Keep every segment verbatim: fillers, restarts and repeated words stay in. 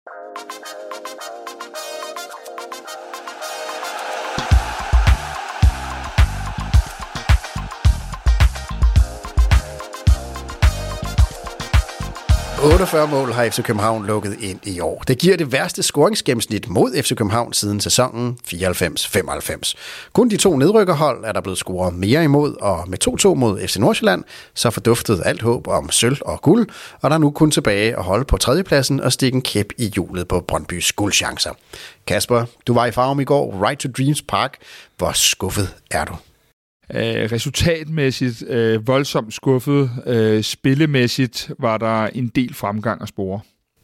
otteogfyrre mål har F C København lukket ind i år. Det giver det værste scoringsgennemsnit mod F C København siden sæsonen fireoghalvfems femoghalvfems. Kun de to nedrykkerhold er der blevet scoret mere imod, og med to to mod F C Nordsjælland, så forduftede alt håb om sølv og guld, og der er nu kun tilbage at holde på tredjepladsen og stikke en kæp i hjulet på Brøndbys guldchancer. Kasper, du var i Farum i går, Right to Dreams Park. Hvor skuffet er du? Uh, resultatmæssigt uh, voldsomt skuffet. Uh, spillemæssigt var der en del fremgang at spore.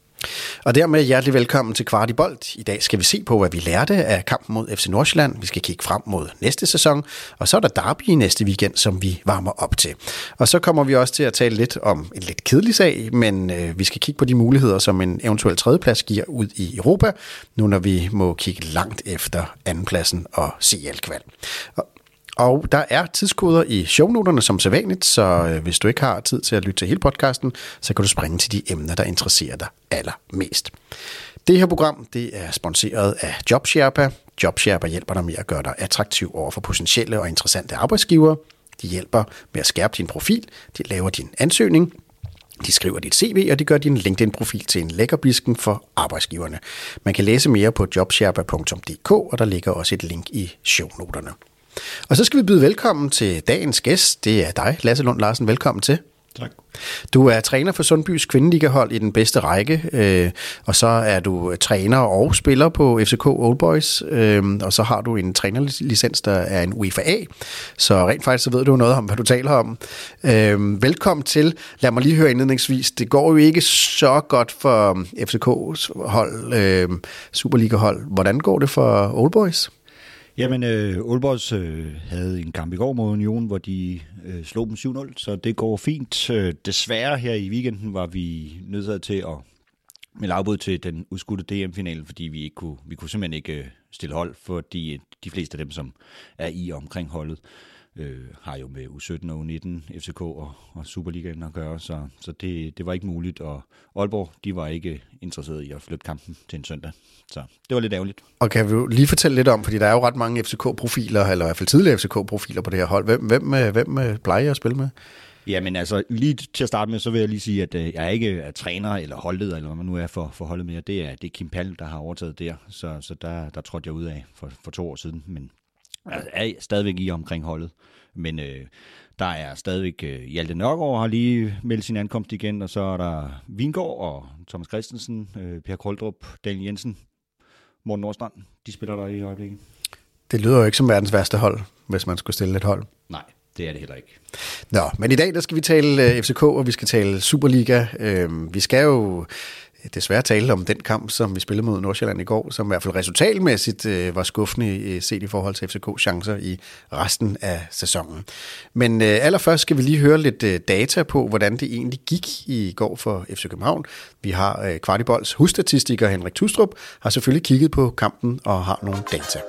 Og dermed hjertelig velkommen til Kvart i Bold. I dag skal vi se på, hvad vi lærte af kampen mod F C Nordsjælland. Vi skal kigge frem mod næste sæson, og så er der derby i næste weekend, som vi varmer op til. Og så kommer vi også til at tale lidt om en lidt kedelig sag, men øh, vi skal kigge på de muligheder, som en eventuel tredjeplads giver ud i Europa, nu når vi må kigge langt efter andenpladsen og C L-kval. Og Og der er tidskoder i shownoterne som sædvanligt, så øh, hvis du ikke har tid til at lytte til hele podcasten, så kan du springe til de emner, der interesserer dig allermest. Det her program, det er sponsoreret af JobSherpa. JobSherpa hjælper dig med at gøre dig attraktiv over for potentielle og interessante arbejdsgivere. De hjælper med at skærpe din profil, de laver din ansøgning, de skriver dit C V, og de gør din LinkedIn-profil til en lækker bisken for arbejdsgiverne. Man kan læse mere på jobsherpa punktum d k, og der ligger også et link i shownoterne. Og så skal vi byde velkommen til dagens gæst. Det er dig, Lasse Lund Larsen. Velkommen til. Tak. Du er træner for Sundbys kvindeligahold i den bedste række, øh, og så er du træner og spiller på F C K Old Boys, øh, og så har du en trænerlicens, der er en UEFA A, så rent faktisk så ved du noget om, hvad du taler om. Øh, velkommen til. Lad mig lige høre indledningsvis. Det går jo ikke så godt for F C K's hold, øh, Superliga-hold. Hvordan går det for Old Boys? Jamen, øh, Old Boys øh, havde en kamp i går mod Union, hvor de øh, slog dem syv nul, så det går fint. Øh, desværre her i weekenden var vi nødt til at melde afbud til den udskudte D M-finale, fordi vi ikke kunne, vi kunne simpelthen ikke øh, stille hold, fordi de fleste af dem, som er i og omkring holdet, øh, har jo med U sytten og U nitten, F C K og, og Superligaen at gøre, så, så det, det var ikke muligt, og Aalborg, de var ikke interesseret i at flytte kampen til en søndag, så det var lidt ærgerligt. Og kan vi jo lige fortælle lidt om, fordi der er jo ret mange F C K-profiler, eller i hvert fald tidligere F C K-profiler på det her hold. Hvem, hvem, hvem plejer jeg at spille med? Jamen altså, lige til at starte med, så vil jeg lige sige, at øh, jeg ikke er træner eller holdleder, eller hvad man nu er for, for holdet med. Det er, det er Kim Pall, der har overtaget der, så, så der, der trådte jeg ud af for, for to år siden, men jeg er stadigvæk i omkring holdet. Men øh, der er stadigvæk øh, Hjalte Nørgaard har lige meldt sin ankomst igen, og så er der Vingård og Thomas Christensen, øh, Per Koldrup, Daniel Jensen, Morten Nordstrand. De spiller der i øjeblikket. Det lyder jo ikke som verdens værste hold, hvis man skulle stille et hold. Nej, det er det heller ikke. Nå, men i dag der skal vi tale F C K, og vi skal tale Superliga. Øh, vi skal jo desværre tale om den kamp, som vi spillede mod Nordsjælland i går, som i hvert fald resultatmæssigt øh, var skuffende øh, set i forhold til F C K's chancer i resten af sæsonen. Men øh, allerførst skal vi lige høre lidt øh, data på, hvordan det egentlig gik i går for F C København. Vi har øh, Kvart i Bolds husstatistiker Henrik Tustrup, har selvfølgelig kigget på kampen og har nogle data.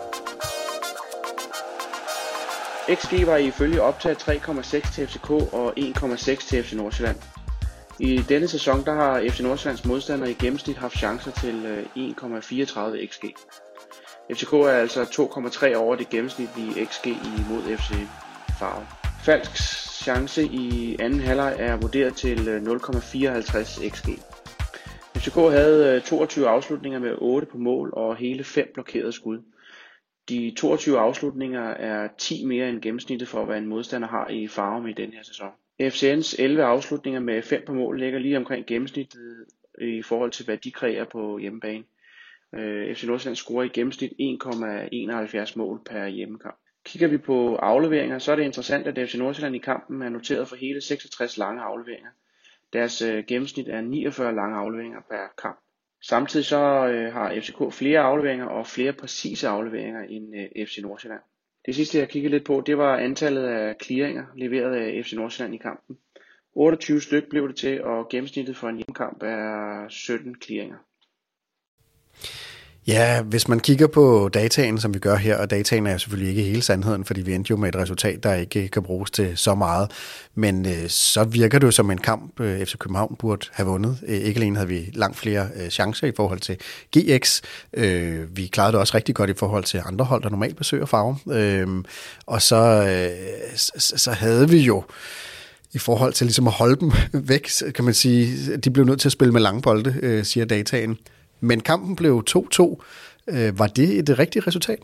X G var ifølge optaget tre komma seks til F C K og en komma seks til F C Nordsjælland. I denne sæson der har F C Nordsjællands modstandere i gennemsnit haft chancer til en komma fireogtredive X G. F C K er altså to komma tre over det gennemsnitlige X G imod F C Farum. Falsk chance i anden halvleg er vurderet til nul komma fireoghalvtreds X G. F C K havde toogtyve afslutninger med otte på mål og hele fem blokerede skud. De toogtyve afslutninger er ti mere end gennemsnittet for, hvad en modstander har i Farum i denne her sæson. F C N's elleve afslutninger med fem på mål ligger lige omkring gennemsnittet i forhold til, hvad de kræver på hjemmebane. F C Nordsjælland scorer i gennemsnit en komma enoghalvfjerds mål per hjemmekamp. Kigger vi på afleveringer, så er det interessant, at F C Nordsjælland i kampen er noteret for hele seksogtres lange afleveringer. Deres gennemsnit er niogfyrre lange afleveringer per kamp. Samtidig så har F C K flere afleveringer og flere præcise afleveringer end F C Nordsjælland. Det sidste jeg kiggede lidt på, det var antallet af clearinger leveret af F C Nordsjælland i kampen. otteogtyve styk blev det til, og gennemsnittet for en hjemmekamp er sytten clearinger. Ja, hvis man kigger på dataen, som vi gør her, og dataen er jo selvfølgelig ikke hele sandheden, fordi vi endte jo med et resultat, der ikke kan bruges til så meget, men øh, så virker det jo som en kamp, øh, F C København burde have vundet. Øh, ikke alene havde vi langt flere øh, chancer i forhold til G X, øh, vi klarede det også rigtig godt i forhold til andre hold, der normalt besøger Farum, øh, og så, øh, så, så havde vi jo i forhold til ligesom at holde dem væk, kan man sige, de blev nødt til at spille med lange bolde, øh, siger dataen. Men kampen blev to to. Øh, var det det rigtige resultat?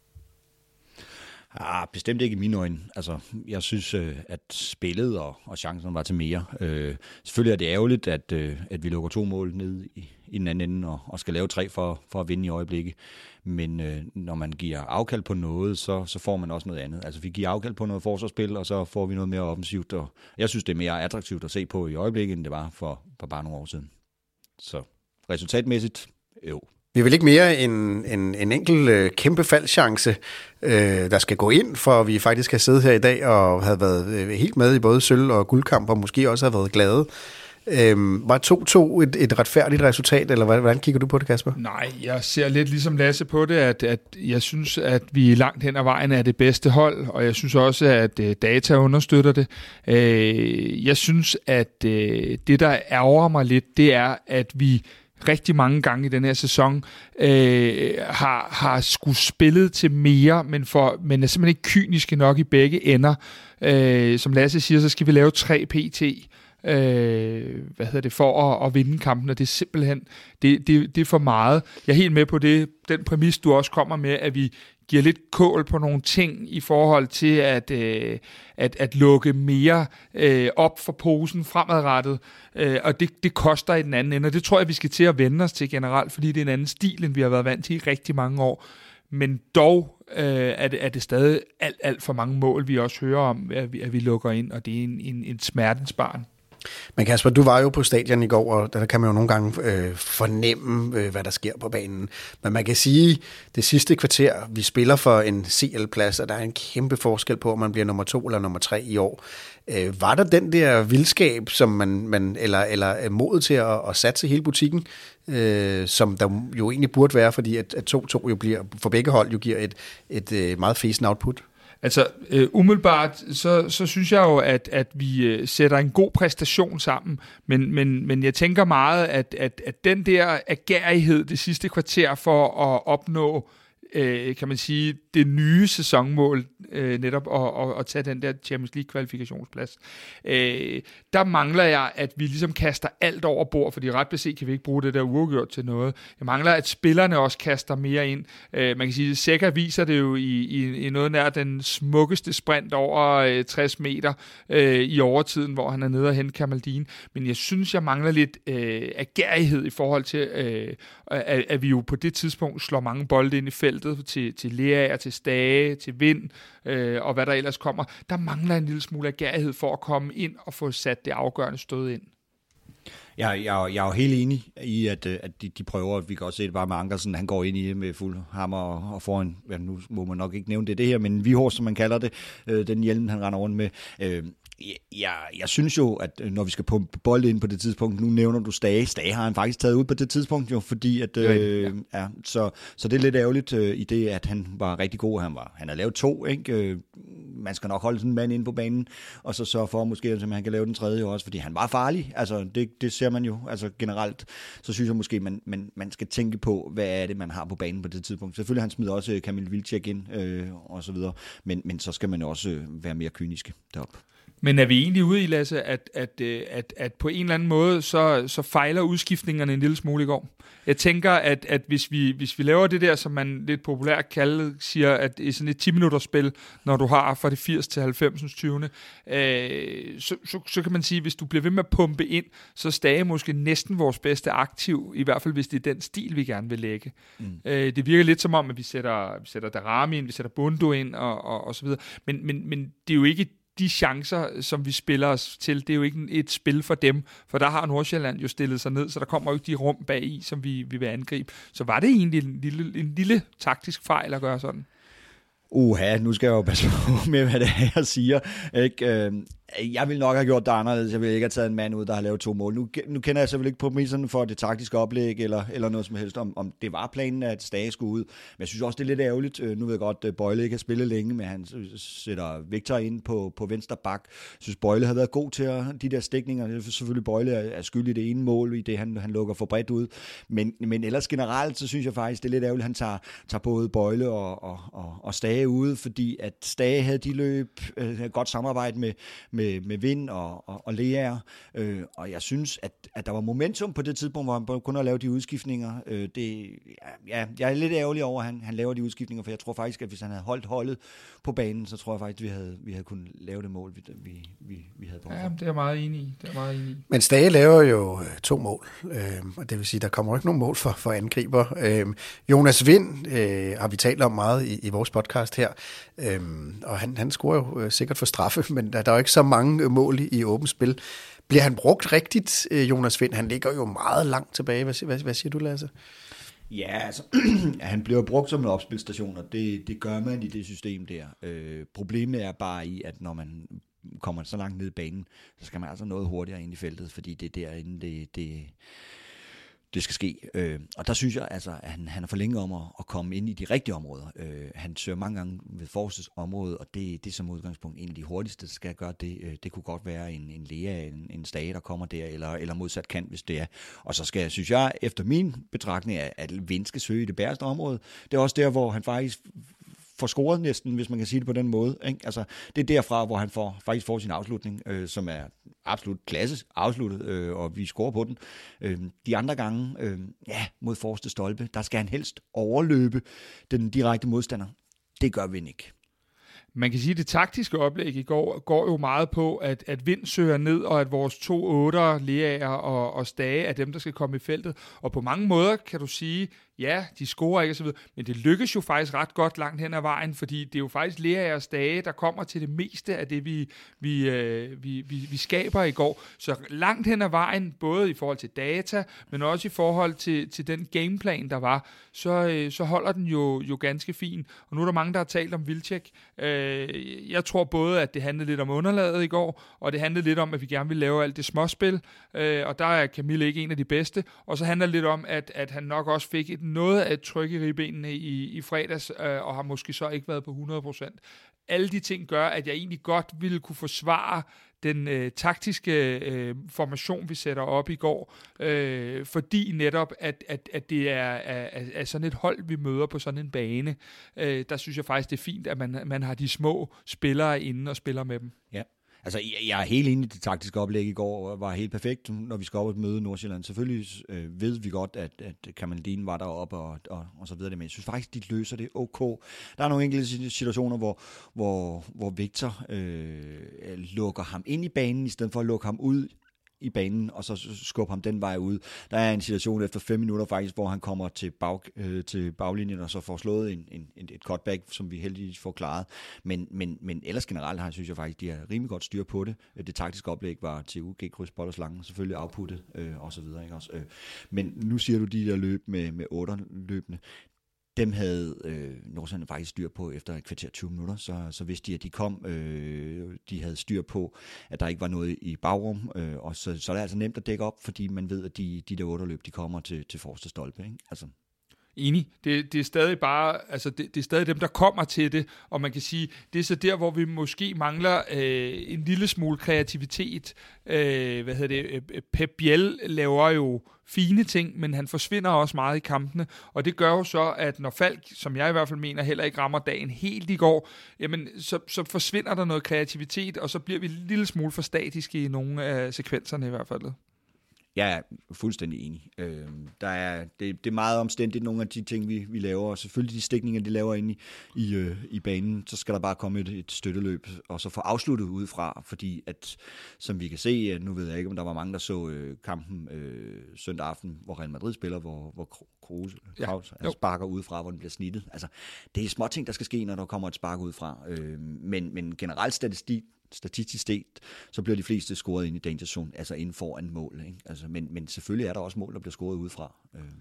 Ah, bestemt ikke i mine øjne. Altså, jeg synes, at spillet og, og chancen var til mere. Øh, selvfølgelig er det ærgerligt, at, at vi lukker to mål ned i, i den anden ende og, og skal lave tre for, for at vinde i øjeblikket. Men øh, når man giver afkald på noget, så, så får man også noget andet. Altså, vi giver afkald på noget forsvarsspil, og så får vi noget mere offensivt. Og jeg synes, det er mere attraktivt at se på i øjeblikket, end det var for, for bare nogle år siden. Så resultatmæssigt, jo. Vi vil ikke mere en, en, en enkelt øh, kæmpe faldchance, øh, der skal gå ind, for vi faktisk har siddet her i dag og havde været øh, helt med i både sølv- og guldkamp, og måske også har været glade. Øh, var to to et, et retfærdigt resultat, eller hvordan kigger du på det, Kasper? Nej, jeg ser lidt ligesom Lasse på det, at, at jeg synes, at vi langt hen ad vejen er det bedste hold, og jeg synes også, at uh, data understøtter det. Uh, jeg synes, at uh, det, der ærger mig lidt, det er, at vi rigtig mange gange i den her sæson øh, har, har skulle spillet til mere, men, for, men er simpelthen ikke kyniske nok i begge ender. Øh, som Lasse siger, så skal vi lave tre P T øh, hvad hedder det, for at, at vinde kampen, og det er simpelthen det, det, det er for meget. Jeg er helt med på det, den præmis, du også kommer med, at vi giver lidt kål på nogle ting i forhold til at, øh, at, at lukke mere øh, op for posen fremadrettet, øh, og det, det koster i den anden ende, og det tror jeg, vi skal til at vende os til generelt, fordi det er en anden stil, end vi har været vant til i rigtig mange år. Men dog øh, er, det, er det stadig alt, alt for mange mål, vi også hører om, at vi, at vi lukker ind, og det er en, en, en smertens barn. Men Kasper, du var jo på stadion i går, og der kan man jo nogle gange øh, fornemme, øh, hvad der sker på banen. Men man kan sige, det sidste kvarter, vi spiller for en C L-plads, og der er en kæmpe forskel på, om man bliver nummer to eller nummer tre i år. Øh, var der den der vildskab, som man, man eller, eller mod til at, at satse hele butikken, øh, som der jo egentlig burde være, fordi at, at to to jo bliver, for begge hold jo giver et, et, et meget fæsende output? Altså, øh, umiddelbart, så, så synes jeg jo, at, at vi øh, sætter en god præstation sammen, men, men, men jeg tænker meget, at, at, at den der agerighed det sidste kvarter for at opnå, øh, kan man sige, det nye sæsonmål, øh, netop at, at, at tage den der Champions League-kvalifikationsplads, øh, der mangler jeg, at vi ligesom kaster alt over bord, fordi ret beset kan vi ikke bruge det der uafgjort til noget. Jeg mangler, at spillerne også kaster mere ind. Øh, man kan sige, at Sækker viser det jo i, i, i noget nær den smukkeste sprint over øh, tres meter øh, i overtiden, hvor han er nede og hente Kamaldin. Men jeg synes, jeg mangler lidt øh, agerighed i forhold til, øh, at, at vi jo på det tidspunkt slår mange bolde ind i feltet til, til Lea, til Stage, til Vind, øh, og hvad der ellers kommer. Der mangler en lille smule agerighed for at komme ind og få sat det afgørende stød ind. Ja, jeg, jeg er jo helt enig i, at, at de, de prøver, vi kan også se det bare med Ankersen, han går ind i det med fuld hammer og, og får en, ja, nu må man nok ikke nævne det, det her, men en vihors, som man kalder det, øh, den hjelm, han render rundt med. Øh, jeg, jeg synes jo, at når vi skal pumpe bold ind på det tidspunkt, nu nævner du Stage, Stage har han faktisk taget ud på det tidspunkt jo, fordi at, øh, ja. Ja, så, så det er lidt ærgerligt øh, i det, at han var rigtig god, han var, han har lavet to, ikke? Øh, man skal nok holde sådan en mand inde på banen, og så sørge for måske, at han kan lave den tredje også, fordi han var farlig, altså det, det ser man jo, altså generelt, så synes jeg måske, man, man, man skal tænke på, hvad er det, man har på banen på det tidspunkt. Selvfølgelig han smider også Kamil Vilcek ind, øh, og så videre, men, men så skal man jo også være mere kyniske deroppe. Men er vi egentlig ude i, Lasse, at, at, at, at på en eller anden måde, så, så fejler udskiftningerne en lille smule i går? Jeg tænker, at, at hvis, vi, hvis vi laver det der, som man lidt populært kalder, siger, at det er sådan et ti-minutters spil, når du har fra det firs til halvfems tyvende Øh, så, så, så kan man sige, at hvis du bliver ved med at pumpe ind, så er Stage måske næsten vores bedste aktiv, i hvert fald hvis det er den stil, vi gerne vil lægge. Mm. Øh, det virker lidt som om, at vi sætter, vi sætter Darami ind, vi sætter Bundu ind, og, og, og så videre. Men, men, men det er jo ikke de chancer, som vi spiller os til, det er jo ikke et spil for dem, for der har Nordsjælland jo stillet sig ned, så der kommer jo ikke de rum bag i, som vi, vi vil angribe. Så var det egentlig en lille, en lille taktisk fejl at gøre sådan? Uha, nu skal jeg jo passe på med, hvad det er, jeg siger. Ikke? Jeg vil nok have gjort det anderledes. Jeg vil ikke have taget en mand ud, der har lavet to mål. Nu, nu kender jeg selvfølgelig ikke præmisserne for det taktiske oplæg, eller, eller noget som helst, om, om det var planen, at Stage skulle ud. Men jeg synes også, det er lidt ærgerligt. Nu ved jeg godt, at Bøjle ikke har spillet længe, men han sætter Victor ind på, på venstre bak. Jeg synes, Bøjle har været god til at, de der stikninger. Selvfølgelig Bøjle er skyld i det ene mål, i det han, han lukker for bredt ud. Men, men ellers generelt, så synes jeg faktisk, det er lidt ærgerligt, at han tager, tager både Bøjle og, og, og, og Stage ude, fordi at Stage havde de løb, øh, godt samarbejde med, med, med Vind og, og, og Leaer, øh, og jeg synes, at, at der var momentum på det tidspunkt, hvor han kunne lave de udskiftninger. Øh, det, ja, jeg er lidt ærgerlig over, at han, han laver de udskiftninger, for jeg tror faktisk, at hvis han havde holdt holdet på banen, så tror jeg faktisk, at vi havde, vi havde kunnet lave det mål, vi, vi, vi, vi havde på. Ja, det er jeg meget enig i. Det er meget enig i. Men Stage laver jo øh, to mål, øh, og det vil sige, der kommer ikke nogen mål for, for angriber. Øh, Jonas Vind øh, har vi talt om meget i, i vores podcast her, øh, og han, han scorer jo øh, sikkert for straffe, men der, der er jo ikke så mange mål i, i åbent spil. Bliver han brugt rigtigt, øh, Jonas Vind? Han ligger jo meget langt tilbage. Hvad, hvad, hvad siger du, Lasse? Ja, altså, han bliver brugt som en opspilstation, og det, det gør man i det system der. Øh, problemet er bare i, at når man kommer så langt ned i banen, så skal man altså noget hurtigere ind i feltet, fordi det er derinde, det, det, det skal ske. Øh, og der synes jeg, altså, at han, han er for længe om at, at komme ind i de rigtige områder. Øh, han søger mange gange ved forsvars område, og det, det er som udgangspunkt en af de hurtigste, der skal gøre det. Øh, det kunne godt være en, en Lea, en, en Stage, der kommer der, eller, eller modsat kant, hvis det er. Og så skal jeg, synes jeg, efter min betragtning, at, at Vind skal søge i det bæreste område. Det er også der, hvor han faktisk får scoret næsten, hvis man kan sige det på den måde. Ikke? Altså, det er derfra, hvor han får, faktisk får sin afslutning, øh, som er absolut klasse afsluttet, øh, og vi scorer på den. Øh, de andre gange, øh, ja, mod forreste stolpe, der skal han helst overløbe den direkte modstander. Det gør Vind ikke. Man kan sige, at det taktiske oplæg i går går jo meget på, at, at Vind søger ned, og at vores to otter, Leaer og, og Stage, er dem, der skal komme i feltet. Og på mange måder kan du sige, ja, de scorer ikke og så videre, men det lykkes jo faktisk ret godt langt hen ad vejen, fordi det er jo faktisk Leaer og Stage, der kommer til det meste af det, vi, vi, øh, vi, vi, vi skaber i går. Så langt hen ad vejen, både i forhold til data, men også i forhold til, til den gameplan, der var, så, øh, så holder den jo, jo ganske fint. Og nu er der mange, der har talt om Wilczek. Øh, jeg tror både, at det handlede lidt om underlaget i går, og det handlede lidt om, at vi gerne vil lave alt det småspil, øh, og der er Camille ikke en af de bedste. Og så handler det lidt om, at, at han nok også fik et noget af et tryk i ribbenene i, i fredags, øh, og har måske så ikke været på hundrede procent. Alle de ting gør, at jeg egentlig godt ville kunne forsvare den øh, taktiske øh, formation, vi sætter op i går, øh, fordi netop, at, at, at det er, er, er sådan et hold, vi møder på sådan en bane. Øh, der synes jeg faktisk, det er fint, at man, man har de små spillere inde og spiller med dem. Ja. Altså, jeg er helt enig i det taktiske oplæg i går, var helt perfekt, når vi skal op og møde Nordsjælland. Selvfølgelig øh, ved vi godt, at, at Kamaldin var deroppe og, og, og så videre, men jeg synes faktisk, de løser det ok. Der er nogle enkelte situationer, hvor, hvor, hvor Victor øh, lukker ham ind i banen, i stedet for at lukke ham ud i banen, og så skubbe ham den vej ud. Der er en situation efter fem minutter faktisk, hvor han kommer til, bag, øh, til baglinjen, og så får slået en, en, et cutback, som vi heldigvis får klaret. Men, men, men ellers generelt har, synes jeg faktisk, de har rimelig godt styr på det. Det taktiske oplæg var til U G, kryds, bold og slange, selvfølgelig outputtet, øh, og så videre. Ikke også? Øh. Men nu siger du de der løb med, med otter løbende. Dem havde øh, Nordsjælland faktisk styr på efter et kvarter tyve minutter, så, så vidste de, at de kom. Øh, de havde styr på, at der ikke var noget i bagrum, øh, og så, så er det altså nemt at dække op, fordi man ved, at de, de der otterløb, de kommer til, til forreste stolpe. Ikke? Altså. Enig. Det, det er stadig bare, altså det, det er stadig dem, der kommer til det, og man kan sige, det er så der, hvor vi måske mangler øh, en lille smule kreativitet. Øh, hvad hedder det? Pep Biel laver jo fine ting, men han forsvinder også meget i kampene, og det gør jo så, at når Falk, som jeg i hvert fald mener, heller ikke rammer dagen helt i går, jamen så, så forsvinder der noget kreativitet, og så bliver vi en lille smule for statiske i nogle af sekvenserne i hvert fald. Jeg er fuldstændig enig. Øh, der er, det, det er meget omstændigt, nogle af de ting, vi, vi laver, og selvfølgelig de stikninger, de laver inde i, i, øh, i banen, så skal der bare komme et, et støtteløb, og så få afsluttet udefra, fordi at, som vi kan se, nu ved jeg ikke, om der var mange, der så øh, kampen øh, søndag aften, hvor Real Madrid spiller, hvor, hvor Kroos ja. altså, sparker udefra, hvor den bliver snittet. Altså, det er små ting, der skal ske, når der kommer et spark udefra, øh, men, men generelt statistik, statistisk set, så bliver de fleste scoret ind i danger zone, altså inden foran mål. Ikke? Altså, men, men selvfølgelig er der også mål, der bliver scoret udefra.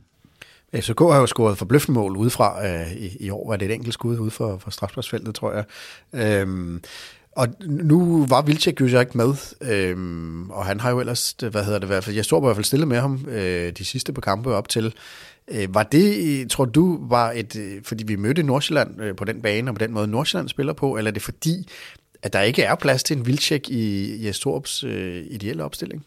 F C K har jo scoret forbløffende mål udefra. Øh, i, I år var det et enkelt skud ude for, for strafsparksfeltet, tror jeg. Øhm, Og nu var Wilczek jo ikke med, øhm, og han har jo ellers, hvad hedder det i hvert fald, jeg står i hvert fald stille med ham øh, de sidste par kampe op til. Øh, var det, tror du, var et, fordi vi mødte Nordsjælland øh, på den bane, og på den måde Nordsjælland spiller på, eller er det fordi, at der ikke er plads til en Wilczek i Jes Torups øh, ideelle opstilling?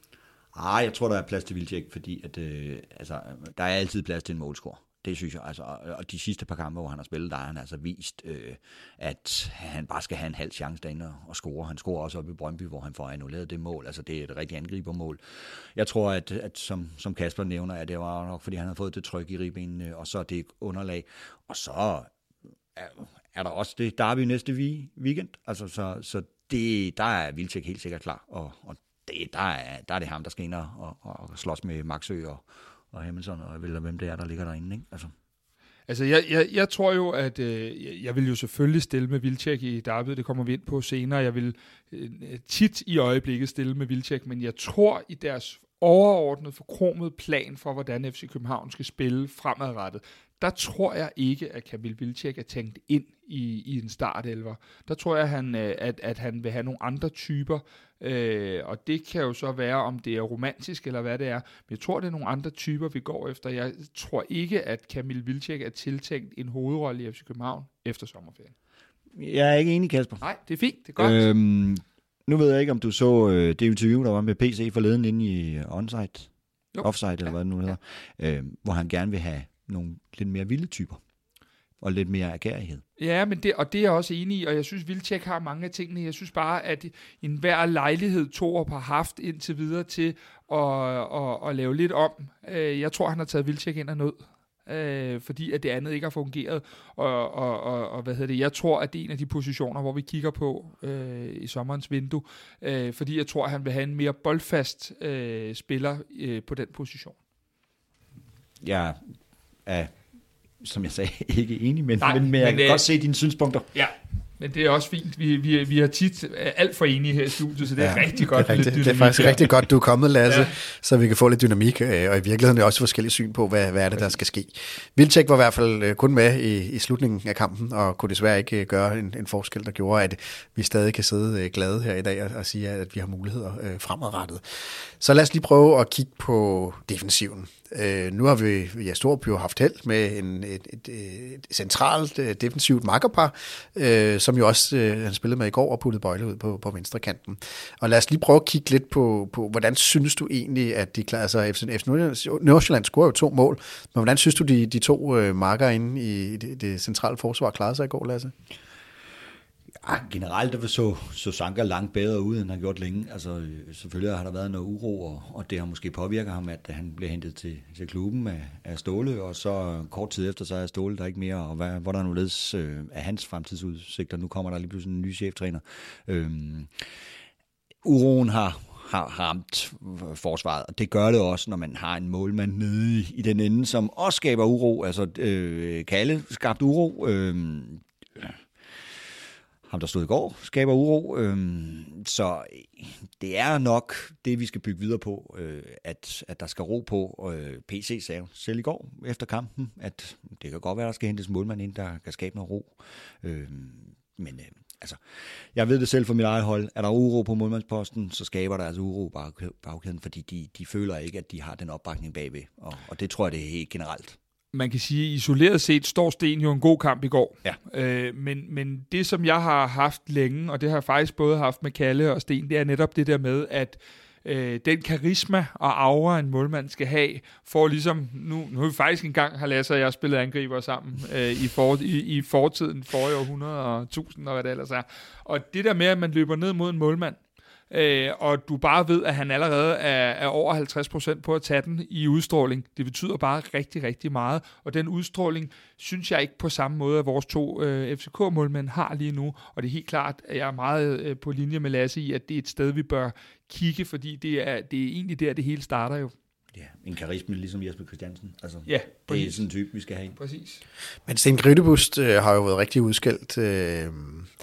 Ah, jeg tror, der er plads til Wilczek, fordi at, øh, altså, der er altid plads til en målscore. Det synes jeg, altså, og de sidste par kampe, hvor han har spillet, der har han altså vist, øh, at han bare skal have en halv chance derinde og score. Han scorer også op i Brøndby, hvor han får annulleret det mål. Altså, det er et rigtig angribermål. Jeg tror, at, at som, som Kasper nævner, at det var nok, fordi han har fået det tryk i ribbenene, og så er det underlag. Og så er, er der også det derby næste weekend. Altså, så, så det, der er Wilczek helt sikkert klar, og, og det, der, er, der er det ham, der skal ind og, og, og slås med Maxø og og Hemmelsson, og jeg ved hvem det er, der ligger derinde, ikke? Altså, altså jeg, jeg, jeg tror jo, at øh, jeg vil jo selvfølgelig stille med Wilczek i derbyet, det kommer vi ind på senere. Jeg vil øh, tit i øjeblikket stille med Wilczek, men jeg tror i deres overordnet forkromet plan for, hvordan F C København skal spille fremadrettet, der tror jeg ikke, at Kamil Wilczek er tænkt ind i, i en startelver. Der tror jeg, han, at, at han vil have nogle andre typer, øh, og det kan jo så være, om det er romantisk eller hvad det er, men jeg tror, det er nogle andre typer, vi går efter. Jeg tror ikke, at Kamil Wilczek er tiltænkt en hovedrolle i F C København efter sommerferien. Jeg er ikke enig, Kasper. Nej, det er fint, det er godt. Øhm, nu ved jeg ikke, om du så øh, det interview, der var med P C forleden inde i onside, jo. Offside, eller ja. hvad det nu hedder, ja. øh, hvor han gerne vil have nogle lidt mere vilde typer, og lidt mere erkærighed. Ja, men det, og det er jeg også enig i, og jeg synes, Wilczek har mange af tingene. Jeg synes bare, at en hver lejlighed Torup har haft indtil videre til at, at, at lave lidt om. Jeg tror, han har taget Wilczek ind og nød, fordi at det andet ikke har fungeret. Og, og, og, og hvad hedder det? Jeg tror, at det er en af de positioner, hvor vi kigger på øh, i sommerens vindue, øh, fordi jeg tror, at han vil have en mere boldfast øh, spiller øh, på den position. Ja, er, som jeg sagde, ikke enig, men, Nej, men, men jeg men, kan øh, godt se dine synspunkter. Ja, men det er også fint. Vi, vi, vi er tit alt for enige her i studiet, så det er ja, rigtig godt. Det er, rigtig, det er faktisk her. rigtig godt, du er kommet, Lasse, ja. Så vi kan få lidt dynamik, og i virkeligheden er også forskellige syn på, hvad, hvad er det, der skal ske. Wilczek var i hvert fald kun med i, i slutningen af kampen, og kunne desværre ikke gøre en, en forskel, der gjorde, at vi stadig kan sidde glade her i dag og, og sige, at vi har muligheder øh, fremadrettet. Så lad os lige prøve at kigge på defensiven. Uh, nu har vi Jes Torup jo haft held med en, et, et, et centralt uh, defensivt makkerpar, uh, som jo også uh, han spillede med i går og puttede Bøjle ud på, på venstre kanten. Og lad os lige prøve at kigge lidt på, på hvordan synes du egentlig, at de klarer sig? F C Nordsjælland scorer jo to mål, men hvordan synes du, de, de to uh, makker inde i det, det centrale forsvar klarede sig i går, Lasse? Ja, generelt så, så Sanka langt bedre ud, end han har gjort længe. Altså, selvfølgelig har der været noget uro, og, og det har måske påvirket ham, at han blev hentet til, til klubben af, af Ståle, og så kort tid efter, så er Ståle der ikke mere, og hvad, hvordan nu ledes øh, af hans fremtidsudsigter. Nu kommer der lige pludselig en ny cheftræner. Øhm, uroen har, har ramt forsvaret, og det gør det også, når man har en målmand nede i, i den ende, som også skaber uro. Altså, øh, Kalle skabte uro, øh, ham, der stod i går, skaber uro. Øhm, så det er nok det, vi skal bygge videre på, øh, at, at der skal ro på. Øh, P C sagde selv i går efter kampen, at det kan godt være, der skal hentes målmand ind, der kan skabe noget ro. Øh, men øh, altså, jeg ved det selv for mit eget hold. Er der uro på målmandsposten, så skaber der altså uro i bagkæden, fordi de, de føler ikke, at de har den opbakning bagved. Og, og det tror jeg, det er helt generelt. Man kan sige, isoleret set står Sten jo en god kamp i går. Ja. Øh, men, men det, som jeg har haft længe, og det har jeg faktisk både haft med Kalle og Sten, det er netop det der med, at øh, den karisma og aura, en målmand skal have, for ligesom, nu, nu har vi faktisk engang, har Lasse og jeg spillet angriber sammen øh, i, for, i, i fortiden, forrige århundrede og tusind og hvad det ellers er. Og det der med, at man løber ned mod en målmand, Øh, og du bare ved, at han allerede er, er over halvtreds procent på at tage den i udstråling. Det betyder bare rigtig, rigtig meget. Og den udstråling, synes jeg ikke på samme måde, at vores to øh, F C K-målmænd har lige nu. Og det er helt klart, at jeg er meget øh, på linje med Lasse i, at det er et sted, vi bør kigge, fordi det er, det er egentlig der, det hele starter jo. Ja, en karisme ligesom Jesper Christiansen. Altså, ja, det er sådan en type, vi skal have. Præcis. Men Sten Grydebust øh, har jo været rigtig udskældt. Øh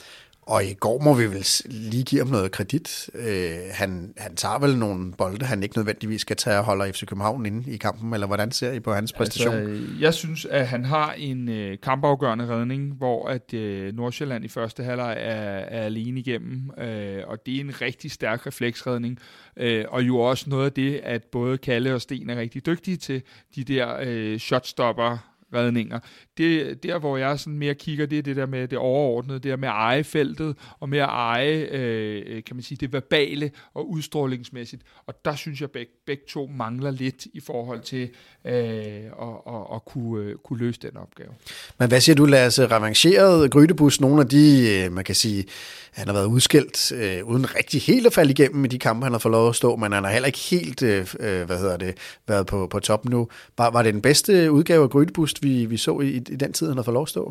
Og i går må vi vel lige give ham noget kredit. Øh, han, han tager vel nogle bolde, han ikke nødvendigvis skal tage og holder F C København inde i kampen, eller hvordan ser I på hans præstation? Altså, jeg synes, at han har en øh, kampafgørende redning, hvor at øh, Nordsjælland i første halvleg er, er alene igennem, øh, og det er en rigtig stærk refleksredning, øh, og jo også noget af det, at både Kalle og Sten er rigtig dygtige til de der øh, shotstopper redninger. Det, der, hvor jeg sådan mere kigger, det er det der med det overordnede, det der med at eje feltet, og med at eje, øh, kan man sige, det verbale og udstrålingsmæssigt. Og der synes jeg, begge, begge to mangler lidt i forhold til øh, at, at, at kunne, øh, kunne løse den opgave. Men hvad siger du, Lasse? Revancheret Grydebus, nogle af de, man kan sige, han har været udskilt, øh, uden rigtig helt at falde igennem i de kampe, han har fået lov at stå, men han har heller ikke helt, øh, hvad hedder det, været på, på toppen nu. Var, var det den bedste udgave af Grydebus, vi, vi så i, i den tid, han har fået lov at stå?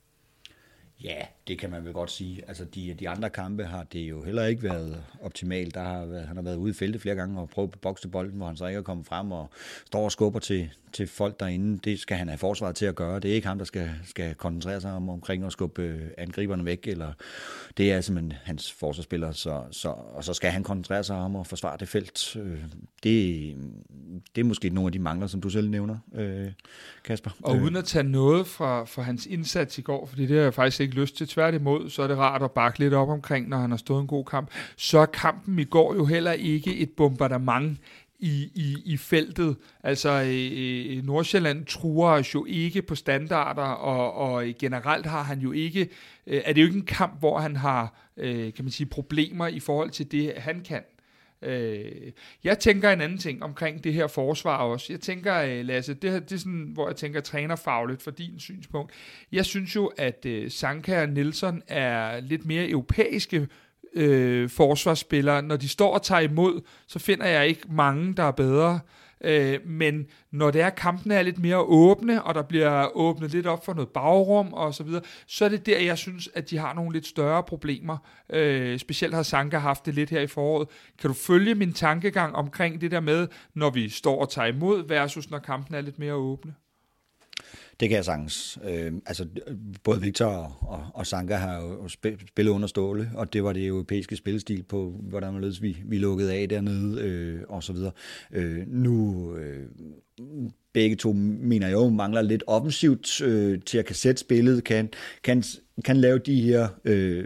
Ja, det kan man vel godt sige. Altså, de, de andre kampe har det jo heller ikke været optimalt. Der har været, han har været ude i feltet flere gange og prøvet at bokse bolden, hvor han så ikke er kommet frem og står og skubber til, til folk derinde. Det skal han have forsvaret til at gøre. Det er ikke ham, der skal, skal koncentrere sig om omkring at skubbe angriberne væk. Eller det er simpelthen hans forsvarsspiller. Så, så, og så skal han koncentrere sig om at forsvare det felt. Det, det er måske nogle af de mangler, som du selv nævner, Kasper. Og uden at tage noget fra, fra hans indsats i går, fordi det har jeg faktisk ikke lyst til. Tværtimod, så er det rart at bakke lidt op omkring, når han har stået en god kamp. Så er kampen i går jo heller ikke et bombardement i, i, i feltet. Altså, øh, Nordsjælland truer os jo ikke på standarder, og, og generelt har han jo ikke, øh, er det jo ikke en kamp, hvor han har, øh, kan man sige, problemer i forhold til det, han kan. Jeg tænker en anden ting omkring det her forsvar også. Jeg tænker, Lasse, det, her, det er sådan, hvor jeg tænker trænerfagligt for din synspunkt. Jeg synes jo, at uh, Sanka og Nielsen er lidt mere europæiske øh, forsvarsspillere. Når de står og tager imod, så finder jeg ikke mange, der er bedre. Øh, men når det er, kampene er lidt mere åbne, og der bliver åbnet lidt op for noget bagrum og så videre, så er det der, jeg synes, at de har nogle lidt større problemer. Øh, specielt har Sanka haft det lidt her i foråret. Kan du følge min tankegang omkring det der med, når vi står og tager imod, versus når kampene er lidt mere åbne? Det kan jeg sagtens. Øh, altså, både Victor og, og, og Sanka har jo spillet under Ståle, og det var det europæiske spillestil på, hvordan vi, vi lukkede af dernede, øh, og så videre. Øh, nu... Øh, begge to, mener jeg jo, mangler lidt offensivt øh, til at kan sætte spillet, kan, kan, kan lave de her øh,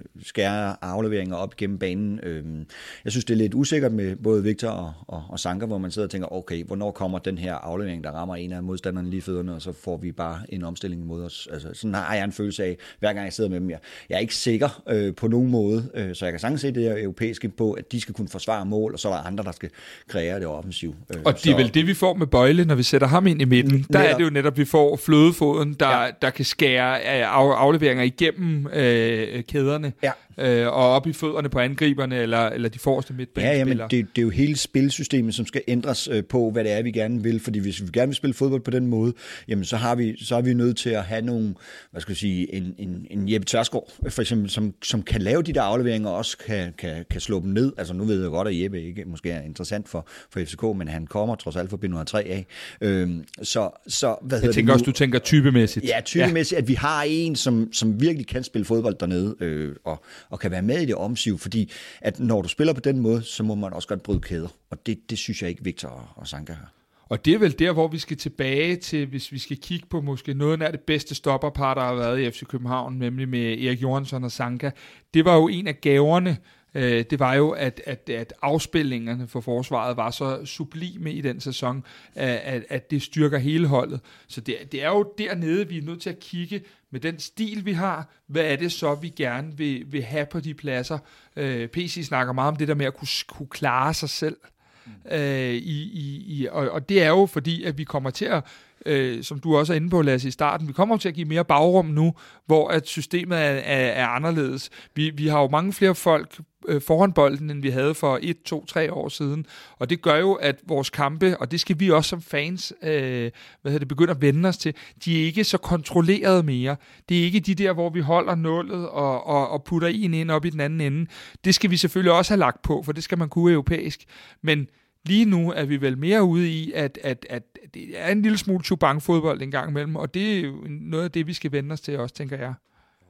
skære afleveringer op gennem banen. Øh, jeg synes, det er lidt usikkert med både Victor og, og, og Sanka, hvor man sidder og tænker, okay, hvornår kommer den her aflevering, der rammer en af modstanderne lige fødderne, og så får vi bare en omstilling imod os. Altså, sådan har jeg en følelse af, hver gang jeg sidder med dem. Jeg, jeg er ikke sikker øh, på nogen måde, øh, så jeg kan sagtens se det her europæiske på, at de skal kunne forsvare mål, og så er der andre, der skal kreere det offensiv. Øh, og det er så, vel det, vi får med Bøjle, når vi sætter ham ind i midten. Der netop. Er det jo netop, vi får flødefoden, der, ja. der kan skære af afleveringer igennem øh, kæderne, ja. øh, og op i fødderne på angriberne, eller, eller de forreste midtbanespillere. Ja, ja, men det, det er jo hele spilsystemet, som skal ændres øh, på, hvad det er, vi gerne vil. Fordi hvis vi gerne vil spille fodbold på den måde, jamen så har vi, så er vi nødt til at have nogle, hvad skal jeg sige, en, en, en Jeppe Tørsgaard, for eksempel, som, som kan lave de der afleveringer, og også kan, kan, kan slå dem ned. Altså nu ved jeg godt, at Jeppe ikke måske er interessant for, for F C K, men han kommer trods alt for B et nul tre af. Øhm, så, så, hvad jeg tænker også, du tænker typemæssigt. Ja, typemæssigt, ja. At vi har en, som, som virkelig kan spille fodbold dernede, øh, og, og kan være med i det omsiv, fordi at når du spiller på den måde, så må man også godt bryde kæder, og det, det synes jeg ikke Victor og, og Sanka har. Og det er vel der, hvor vi skal tilbage til, hvis vi skal kigge på måske noget af det bedste stopperpar, der har været i F C København, nemlig med Erik Johansson og Sanka. Det var jo en af gaverne, det var jo, at, at, at afspillingerne for forsvaret var så sublime i den sæson, at, at det styrker hele holdet. Så det, det er jo dernede, vi er nødt til at kigge med den stil, vi har. Hvad er det så, vi gerne vil, vil have på de pladser? P C snakker meget om det der med at kunne, kunne klare sig selv. Mm. Øh, i, i, og, og det er jo fordi, at vi kommer til at, øh, som du også er inde på, Lasse, i starten, vi kommer til at give mere bagrum nu, hvor at systemet er, er, er anderledes. Vi, vi har jo mange flere folk øh, foran bolden, end vi havde for et, to, tre år siden, og det gør jo, at vores kampe, og det skal vi også som fans øh, hvad hedder det, begynde at vende os til, de er ikke så kontrolleret mere. Det er ikke de der, hvor vi holder nullet og, og, og putter en ind op i den anden ende. Det skal vi selvfølgelig også have lagt på, for det skal man kunne europæisk, men lige nu er vi vel mere ude i, at, at, at det er en lille smule chubang-fodbold en gang imellem, og det er jo noget af det, vi skal vende os til også, tænker jeg.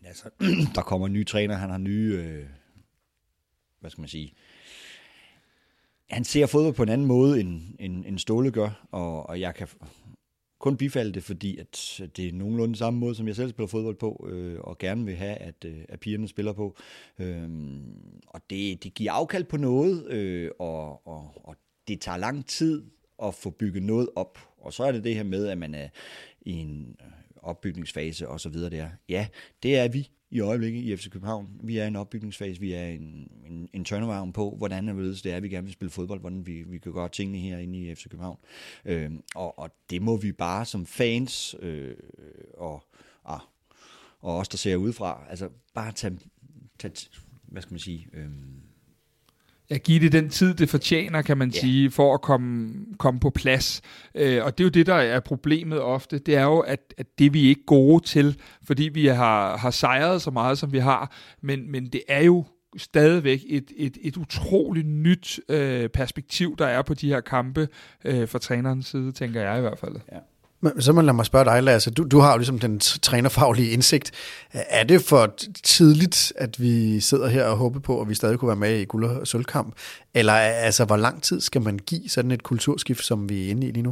Altså, der kommer en ny træner, han har nye, øh, hvad skal man sige, han ser fodbold på en anden måde, end, end, end Ståle gør, og, og jeg kan kun bifalde det, fordi at det er nogenlunde samme måde, som jeg selv spiller fodbold på, øh, og gerne vil have, at, øh, at pigerne spiller på. Øh, og det, det giver afkald på noget, øh, og, og, og det tager lang tid at få bygget noget op. Og så er det det her med, at man er i en opbygningsfase og så videre der. Ja, det er vi i øjeblikket i F C København. Vi er i en opbygningsfase, vi er en, en, en turnaround på, hvordan det er, vi gerne vil spille fodbold, hvordan vi, vi kan gøre tingene herinde i F C København. Øh, og, og det må vi bare som fans øh, og, ah, og os, der ser udefra, altså bare tage, tage hvad skal man sige... Øh, Ja, give det den tid, det fortjener, kan man yeah. sige, for at komme, komme på plads. Øh, og det er jo det, der er problemet ofte. Det er jo, at, at det vi er ikke gode til, fordi vi har, har sejret så meget, som vi har. Men, men det er jo stadigvæk et, et, et utroligt nyt øh, perspektiv, der er på de her kampe øh, fra trænerens side, tænker jeg i hvert fald. Ja. Men så må lad mig spørge dig, Lasse. Du, du har jo ligesom den trænerfaglige indsigt. Er det for tidligt, at vi sidder her og håber på, at vi stadig kunne være med i guld- og sølvkamp? Eller altså, hvor lang tid skal man give sådan et kulturskift, som vi er inde i lige nu?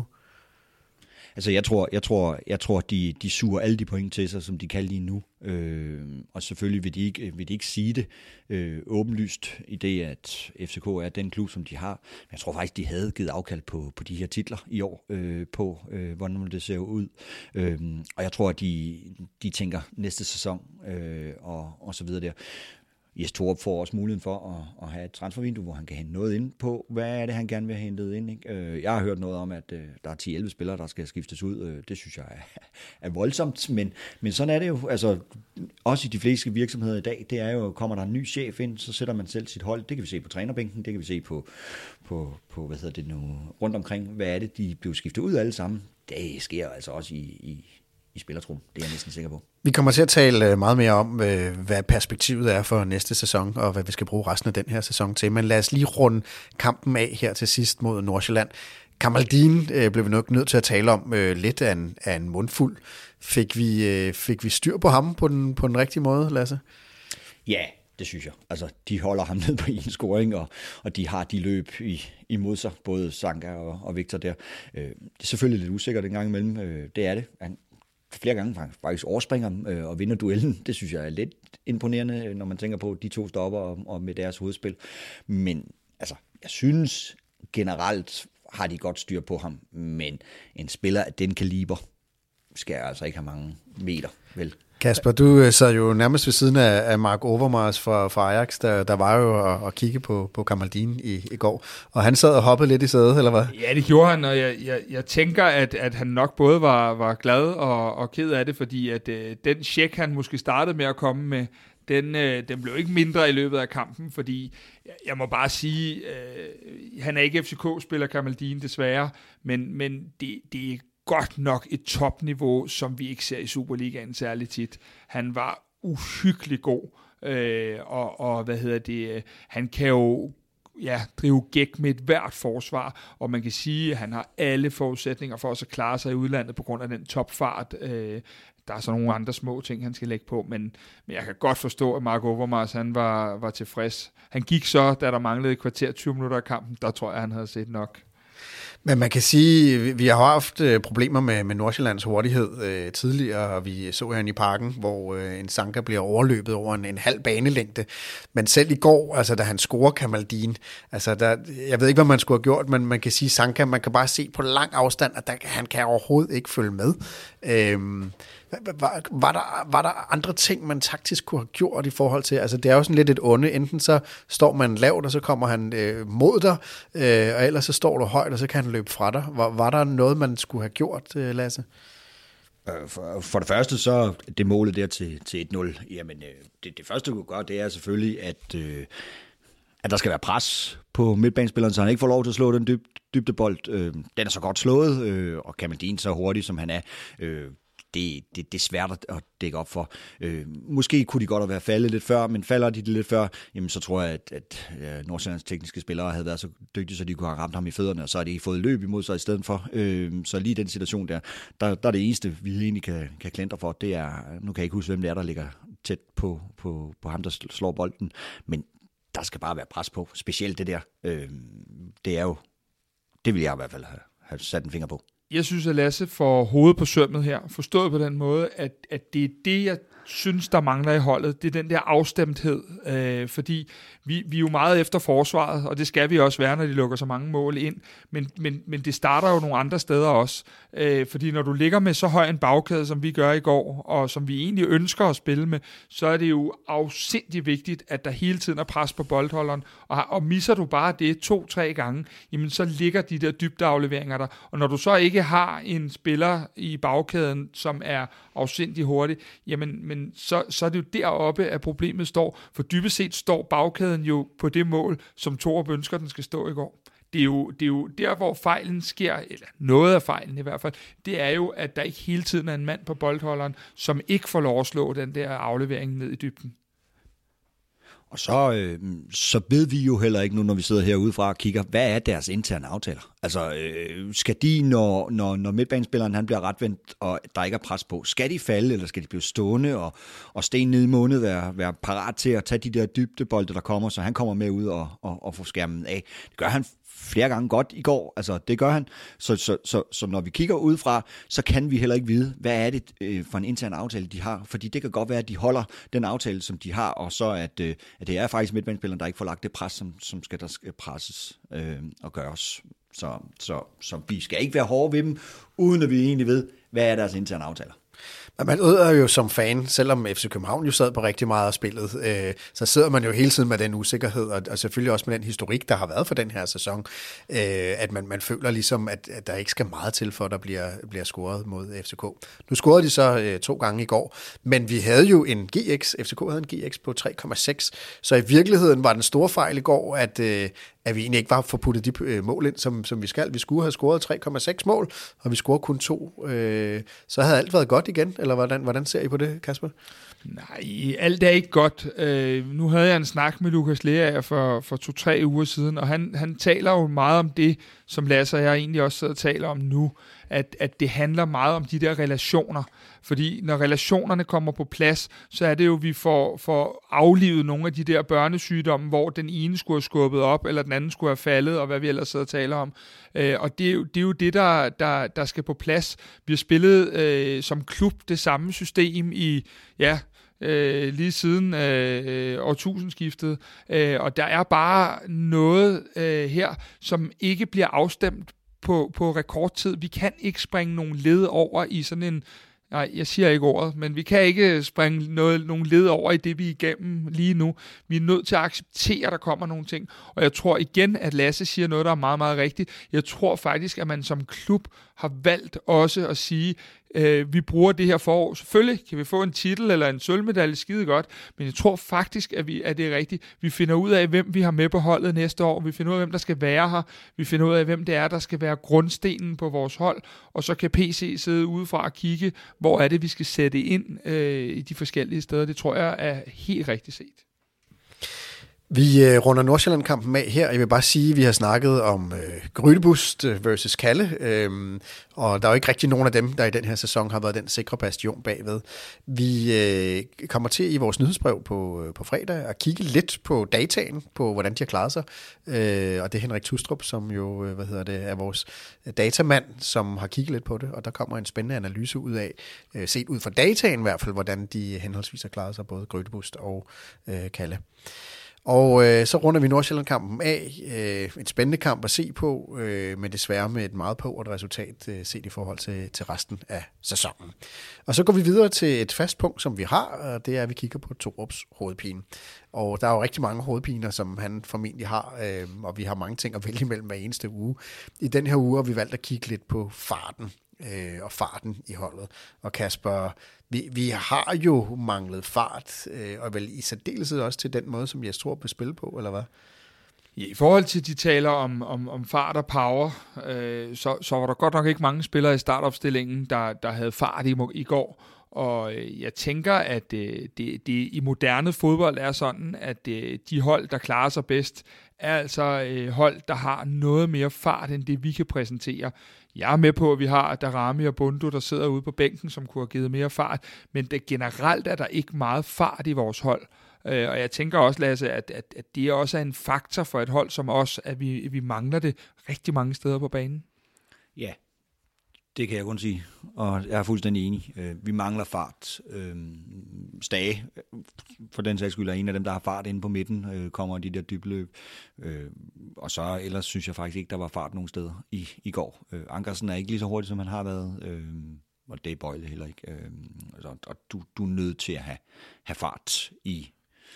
Altså, jeg tror, jeg tror, jeg tror de, de suger alle de point til sig, som de kan lige nu. Øh, og selvfølgelig vil de ikke, vil de ikke sige det øh, åbenlyst i det, at F C K er den klub, som de har. Men jeg tror faktisk, de havde givet afkald på, på de her titler i år, øh, på øh, hvordan det ser ud. Øh, og jeg tror, at de, de tænker næste sæson øh, og, og så videre der. Jes Torup får også muligheden for at, at have et transfervindue, hvor han kan hente noget ind på, hvad er det, han gerne vil have hentet ind. Ikke? Jeg har hørt noget om, at der er ti til elleve spillere, der skal skiftes ud. Det synes jeg er, er voldsomt, men, men sådan er det jo. Altså, også i de fleste virksomheder i dag, det er jo, kommer der en ny chef ind, så sætter man selv sit hold. Det kan vi se på trænerbænken, det kan vi se på, på, på hvad hedder det nu, rundt omkring. Hvad er det, de bliver skiftet ud alle sammen? Det sker altså også i... i i spillertruppen. Det er jeg næsten sikker på. Vi kommer til at tale meget mere om, hvad perspektivet er for næste sæson, og hvad vi skal bruge resten af den her sæson til. Men lad os lige runde kampen af her til sidst mod Nordsjælland. Kamaldin øh, blev vi nok nødt til at tale om øh, lidt af en, af en mundfuld. Fik vi, øh, fik vi styr på ham på den, på den rigtige måde, Lasse? Ja, det synes jeg. Altså, de holder ham ned på en scoring, og, og de har de løb i, imod sig, både Sanka og, og Victor der. Øh, det er selvfølgelig lidt usikkert en gang imellem. Øh, det er det. Han flere gange faktisk overspringer øh, og vinder duellen. Det synes jeg er lidt imponerende, når man tænker på de to stopper og, og med deres hovedspil. Men altså, jeg synes generelt har de godt styr på ham, men en spiller af den kaliber skal altså ikke have mange meter, vel? Kasper, du sad jo nærmest ved siden af, af Mark Overmars fra, fra Ajax, der, der var jo at, at kigge på, på Kamaldin i, i går, og han sad og hoppede lidt i sædet, eller hvad? Ja, det gjorde han, og jeg, jeg, jeg tænker, at, at han nok både var, var glad og, og ked af det, fordi at øh, den check, han måske startede med at komme med, den, øh, den blev ikke mindre i løbet af kampen, fordi jeg, jeg må bare sige, øh, han er ikke F C K-spiller, Kamaldin, desværre, men, men det, det er godt nok et topniveau, som vi ikke ser i Superligaen særligt tit. Han var uhyggelig god, øh, og, og hvad hedder det, han kan jo ja, drive gæk med et hvert forsvar, og man kan sige, at han har alle forudsætninger for at klare sig i udlandet på grund af den topfart. Øh, der er så nogle andre små ting, han skal lægge på, men, men jeg kan godt forstå, at Mark Overmars, han var, var tilfreds. Han gik så, da der manglede et kvarter tyve minutter af kampen, der tror jeg, han havde set nok. Men man kan sige, vi har haft problemer med, med Nordsjællands hurtighed øh, tidligere, og vi så herinde i parken, hvor øh, en Sanka bliver overløbet over en, en halv banelængde. Men selv i går, altså da han scorer Kamaldin, altså der, jeg ved ikke, hvad man skulle have gjort, men man kan sige, Sanka, man kan bare se på lang afstand, at der, han kan overhovedet ikke følge med. Øhm, Var, var, der, var der andre ting, man taktisk kunne have gjort i forhold til, altså det er jo sådan lidt et onde, enten så står man lavt, og så kommer han øh, mod dig, øh, og ellers så står du højt, og så kan han løbe fra dig. Var, var der noget, man skulle have gjort, øh, Lasse? For, for det første, så det målet der til, til et nul, jamen det, det første, du kan gøre, det er selvfølgelig, at, øh, at der skal være pres på midtbanespilleren, så han ikke får lov til at slå den dyb, dybdebold. Øh, den er så godt slået, øh, og Kamaldin så hurtig, som han er, øh, Det, det, det er svært at dække op for. Øh, måske kunne de godt have været faldet lidt før, men falder de lidt før, jamen så tror jeg, at, at uh, Nordsjællands tekniske spillere havde været så dygtige, så de kunne have ramt ham i fødderne, og så har de fået løb imod sig i stedet for. Øh, så lige den situation der, der, der er det eneste, vi egentlig kan, kan klandre for, det er, nu kan jeg ikke huske, hvem det er, der ligger tæt på, på, på ham, der slår bolden. Men der skal bare være pres på. Specielt det der. Øh, det er jo, det vil jeg i hvert fald have, have sat en finger på. Jeg synes, at Lasse får hovedet på sømmet her. Forstået på den måde, at, at det er det, jeg synes, der mangler i holdet. Det er den der afstemthed. Øh, fordi vi, vi er jo meget efter forsvaret, og det skal vi også være, når de lukker så mange mål ind. Men, men, men det starter jo nogle andre steder også. Øh, fordi når du ligger med så høj en bagkæde, som vi gør i går, og som vi egentlig ønsker at spille med, så er det jo afsindigt vigtigt, at der hele tiden er pres på boldholderen. Og, og misser du bare det to-tre gange, jamen så ligger de der dybdeafleveringer der. Og når du så ikke har en spiller i bagkæden, som er afsindigt hurtig, jamen men så, så er det jo deroppe, at problemet står. For dybest set står bagkæden jo på det mål, som Thorup ønsker, den skal stå i går. Det er, jo, det er jo der, hvor fejlen sker, eller noget af fejlen i hvert fald, det er jo, at der ikke hele tiden er en mand på boldholderen, som ikke får lov at slå den der aflevering ned i dybden. Og så, øh, så ved vi jo heller ikke nu, når vi sidder herude fra og kigger, hvad er deres interne aftaler? Altså, øh, skal de, når, når, når midtbanespilleren han bliver retvendt, og der ikke er pres på, skal de falde, eller skal de blive stående, og, og sten nede i måned være, være parat til at tage de der dybdebolde, der kommer, så han kommer med ud og, og, og får skærmen af. Det gør han flere gange godt i går, altså det gør han. Så, så, så, så når vi kigger udefra, så kan vi heller ikke vide, hvad er det øh, for en intern aftale, de har. Fordi det kan godt være, at de holder den aftale, som de har, og så at, øh, at det er faktisk midtbanespilleren, der ikke får lagt det pres, som, som skal der skal presses øh, og gøres. Så, så, så vi skal ikke være hårde ved dem, uden at vi egentlig ved, hvad er deres interne aftaler. Man er jo som fan, selvom F C København jo sad på rigtig meget af spillet, øh, så sidder man jo hele tiden med den usikkerhed, og, og selvfølgelig også med den historik, der har været for den her sæson, øh, at man, man føler ligesom, at, at der ikke skal meget til, for at der bliver, bliver scoret mod F C K. Nu scorede de så øh, to gange i går, men vi havde jo en G X, F C K havde en G X på tre komma seks, så i virkeligheden var den store fejl i går, at, øh, at vi egentlig ikke var for puttet de øh, mål ind, som, som vi skal. Vi skulle have scoret tre komma seks mål, og vi scorede kun to. Øh, så havde alt været godt igen, eller hvordan, hvordan ser I på det, Kasper? Nej, alt er ikke godt. Øh, nu havde jeg en snak med Lukas Lea for, for to-tre uger siden, og han, han taler jo meget om det, som Lasse og jeg egentlig også sidder og taler om nu, at, at det handler meget om de der relationer. Fordi når relationerne kommer på plads, så er det jo, at vi får, får aflivet nogle af de der børnesygdomme, hvor den ene skulle have skubbet op, eller den anden skulle have faldet, og hvad vi ellers sidder og taler om. Øh, og det er jo det, er jo det der, der, der skal på plads. Vi har spillet øh, som klub det samme system i, ja, Øh, lige siden øh, årtusindskiftet, øh, og der er bare noget øh, her, som ikke bliver afstemt på, på rekordtid. Vi kan ikke springe nogle led over i sådan en, nej, jeg siger ikke ordet, men vi kan ikke springe noget, nogle led over i det, vi er igennem lige nu. Vi er nødt til at acceptere, at der kommer nogle ting, og jeg tror igen, at Lasse siger noget, der er meget, meget rigtigt. Jeg tror faktisk, at man som klub har valgt også at sige, øh, vi bruger det her forår. Selvfølgelig kan vi få en titel eller en sølvmedalje, skide godt, men jeg tror faktisk, at, vi, at det er rigtigt. Vi finder ud af, hvem vi har med på holdet næste år. Vi finder ud af, hvem der skal være her. Vi finder ud af, hvem det er, der skal være grundstenen på vores hold. Og så kan P C sidde udefra og kigge, hvor er det, vi skal sætte ind øh, i de forskellige steder. Det tror jeg er helt rigtigt set. Vi øh, runder Nordsjælland-kampen af her. Jeg vil bare sige, at vi har snakket om øh, Grydebust versus Kalle, øh, og der er jo ikke rigtig nogen af dem, der i den her sæson har været den sikre bastion bagved. Vi øh, kommer til i vores nyhedsbrev på, på fredag at kigge lidt på dataen, på hvordan de har klaret sig, øh, og det er Henrik Tustrup, som jo hvad hedder det, er vores datamand, som har kigget lidt på det, og der kommer en spændende analyse ud af, øh, set ud fra dataen i hvert fald, hvordan de henholdsvis har klaret sig, både Grydebust og øh, Kalle. Og øh, så runder vi Nordsjælland-kampen af. Øh, en spændende kamp at se på, øh, men desværre med et meget påvert resultat øh, set i forhold til, til resten af sæsonen. Og så går vi videre til et fast punkt, som vi har, og det er, at vi kigger på Thorups hovedpine. Og der er jo rigtig mange hovedpiner, som han formentlig har, øh, og vi har mange ting at vælge imellem hver eneste uge. I den her uge har vi valgt at kigge lidt på farten. Øh, og farten i holdet. Og Kasper, vi, vi har jo manglet fart, øh, og vel i særdeleshed også til den måde, som jeg tror vil spille på, eller hvad? I forhold til, de taler om, om, om fart og power, øh, så, så var der godt nok ikke mange spillere i startopstillingen, der, der havde fart i, i går. Og jeg tænker, at det, det, det i moderne fodbold er sådan, at det, de hold, der klarer sig bedst, er altså øh, hold, der har noget mere fart, end det vi kan præsentere. Jeg er med på, at vi har Daramy og Bundu, der sidder ude på bænken, som kunne have givet mere fart, men det, generelt er der ikke meget fart i vores hold. Øh, og jeg tænker også, Lasse, at, at, at det også er en faktor for et hold som os, at vi, vi mangler det rigtig mange steder på banen. Ja, det kan jeg kun sige, og jeg er fuldstændig enig. Vi mangler fart. Stage, for den sags skyld, er en af dem, der har fart inde på midten, kommer de der dybløb. Og så ellers synes jeg faktisk ikke, der var fart nogen steder i, i går. Ankersen er ikke lige så hurtig, som han har været, og det er Bøjle heller ikke. Og du, du er nødt til at have, have fart i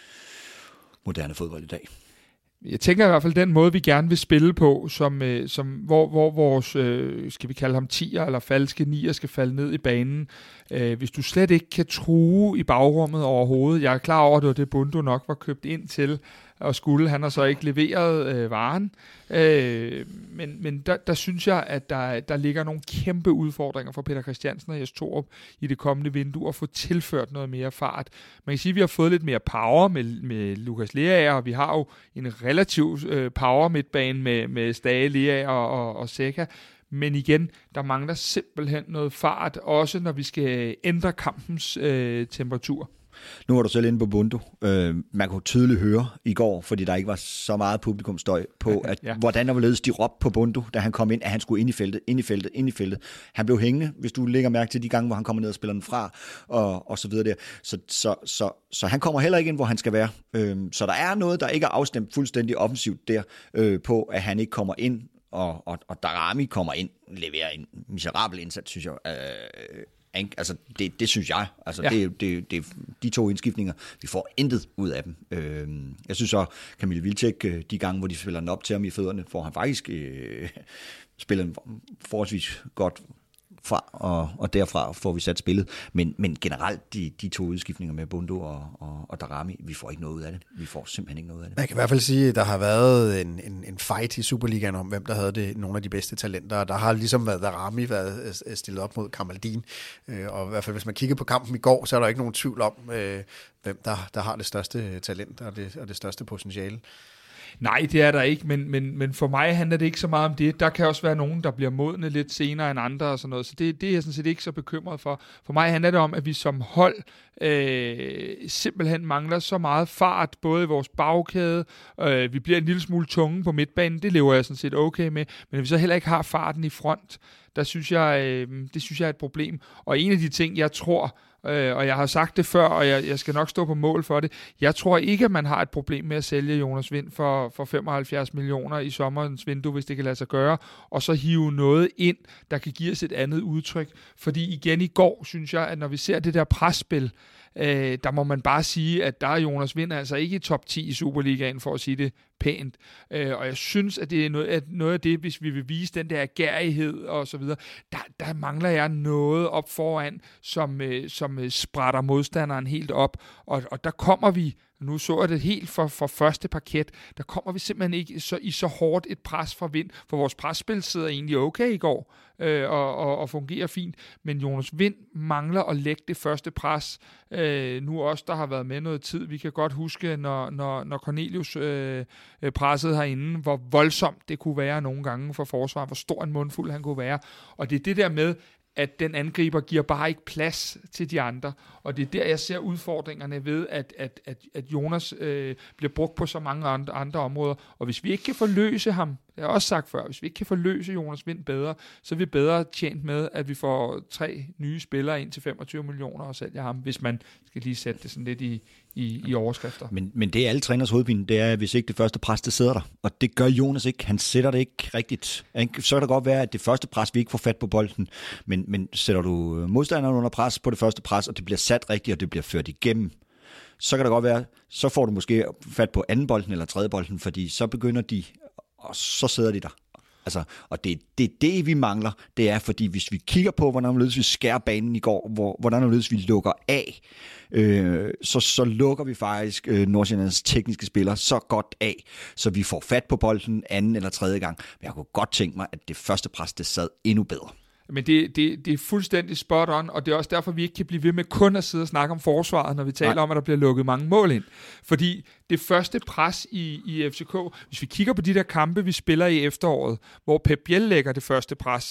moderne fodbold i dag. Jeg tænker i hvert fald den måde, vi gerne vil spille på, som, øh, som, hvor, hvor vores, øh, skal vi kalde ham tier eller falske nier, skal falde ned i banen. Øh, hvis du slet ikke kan true i bagrummet overhovedet, jeg er klar over, at det var det Bundu nok var købt ind til, og skulle, han har så ikke leveret øh, varen. Øh, men men der, der synes jeg, at der, der ligger nogle kæmpe udfordringer for Peter Christiansen og Jes Torup i det kommende vindue, at få tilført noget mere fart. Man kan sige, at vi har fået lidt mere power med, med Lukas Leaer, og vi har jo en relativ øh, power midtbane med, med Stage, Leaer og, og, og Seca. Men igen, der mangler simpelthen noget fart, også når vi skal ændre kampens øh, temperatur. Nu var du selv inde på Bundu. Øh, man kunne tydeligt høre i går, fordi der ikke var så meget publikumsstøj på, at ja. hvordan der var ledes de råb på Bundu, da han kom ind, at han skulle ind i feltet, ind i feltet, ind i feltet. Han blev hængende, hvis du lægger mærke til de gange, hvor han kommer ned og spiller den fra, og, og så videre der. Så, så, så, så han kommer heller ikke ind, hvor han skal være. Øh, så der er noget, der ikke er afstemt fuldstændig offensivt der, øh, på at han ikke kommer ind, og, og, og Daramy kommer ind, leverer en miserabel indsats, synes jeg. Øh, Altså, det, det synes jeg. Altså, ja. det, det, det, de to indskiftninger, vi får intet ud af dem. Øh, jeg synes så, Kamil Vilcek, de gange, hvor de spiller den op til ham i fødderne, får han faktisk øh, spillet forholdsvis godt fra, og, og derfra får vi sat spillet. Men, men generelt, de, de to udskiftninger med Bundu og, og, og Daramy, vi får ikke noget ud af det. Vi får simpelthen ikke noget af det. Man kan i hvert fald sige, at der har været en, en, en fight i Superligaen om, hvem der havde det, nogle af de bedste talenter. Der har ligesom været Daramy været stillet op mod Kamaldin. Og i hvert fald, hvis man kigger på kampen i går, så er der ikke nogen tvivl om, hvem der, der har det største talent og det, og det største potentiale. Nej, det er der ikke, men, men, men for mig handler det ikke så meget om det. Der kan også være nogen, der bliver modne lidt senere end andre og sådan noget, så det, det er jeg sådan set ikke så bekymret for. For mig handler det om, at vi som hold øh, simpelthen mangler så meget fart, både i vores bagkæde, øh, vi bliver en lille smule tunge på midtbanen, det lever jeg sådan set okay med, men vi så heller ikke har farten i front, der synes jeg, øh, det synes jeg er et problem. Og en af de ting, jeg tror, Øh, og jeg har sagt det før, og jeg, jeg skal nok stå på mål for det. Jeg tror ikke, at man har et problem med at sælge Jonas Wind for, for femoghalvfjerds millioner i sommerens vindue, hvis det kan lade sig gøre, og så hive noget ind, der kan give os et andet udtryk. Fordi igen i går, synes jeg, at når vi ser det der presspil, øh, der må man bare sige, at der er Jonas Wind altså ikke i top ti i Superligaen, for at sige det pænt. Øh, og jeg synes, at det er noget, at noget af det, hvis vi vil vise den der agerighed og så videre, der, der mangler jeg noget op foran, som, øh, som øh, sprætter modstanderen helt op. Og, og der kommer vi, nu så jeg det helt for, for første parket, der kommer vi simpelthen ikke så, i så hårdt et pres fra Wind, for vores presspil sidder egentlig okay i går, øh, og, og, og fungerer fint, men Jonas Wind mangler at lægge det første pres. Øh, nu også, der har været med noget tid, vi kan godt huske, når, når, når Cornelius øh, pressede herinde, hvor voldsomt det kunne være nogle gange for forsvar, hvor stor en mundfuld han kunne være, og det er det der med, at den angriber giver bare ikke plads til de andre. Og det er der, jeg ser udfordringerne ved, at, at, at, at Jonas øh, bliver brugt på så mange andre, andre områder. Og hvis vi ikke kan forløse ham, jeg har også sagt før, hvis vi ikke kan forløse Jonas Wind bedre, så er vi bedre tjent med, at vi får tre nye spillere ind til femogtyve millioner og sælger ham, hvis man skal lige sætte det sådan lidt i, i, i overskrifter. Men, men det er alle træners hovedpine, det er, hvis ikke det første pres, det sidder der. Og det gør Jonas ikke. Han sætter det ikke rigtigt. Så kan det godt være, at det første pres, vi ikke får fat på bolden, men, men sætter du modstanderen under pres på det første pres, og det bliver sat rigtigt, og det bliver ført igennem, så kan det godt være, så får du måske fat på anden bolden eller tredje bolden, fordi så begynder de, og så sidder de der. Altså, og det er det, det, vi mangler, det er, fordi hvis vi kigger på, hvordan vi skærer banen i går, hvor, hvordan vi lukker af, øh, så, så lukker vi faktisk øh, Nordsjællands tekniske spillere så godt af, så vi får fat på bolden anden eller tredje gang. Men jeg kunne godt tænke mig, at det første pres, det sad endnu bedre. Men det, det, det er fuldstændig spot on, og det er også derfor, vi ikke kan blive ved med kun at sidde og snakke om forsvaret, når vi taler Nej. om, at der bliver lukket mange mål ind. Fordi det første pres i, i F C K, hvis vi kigger på de der kampe, vi spiller i efteråret, hvor Pep Biel lægger det første pres,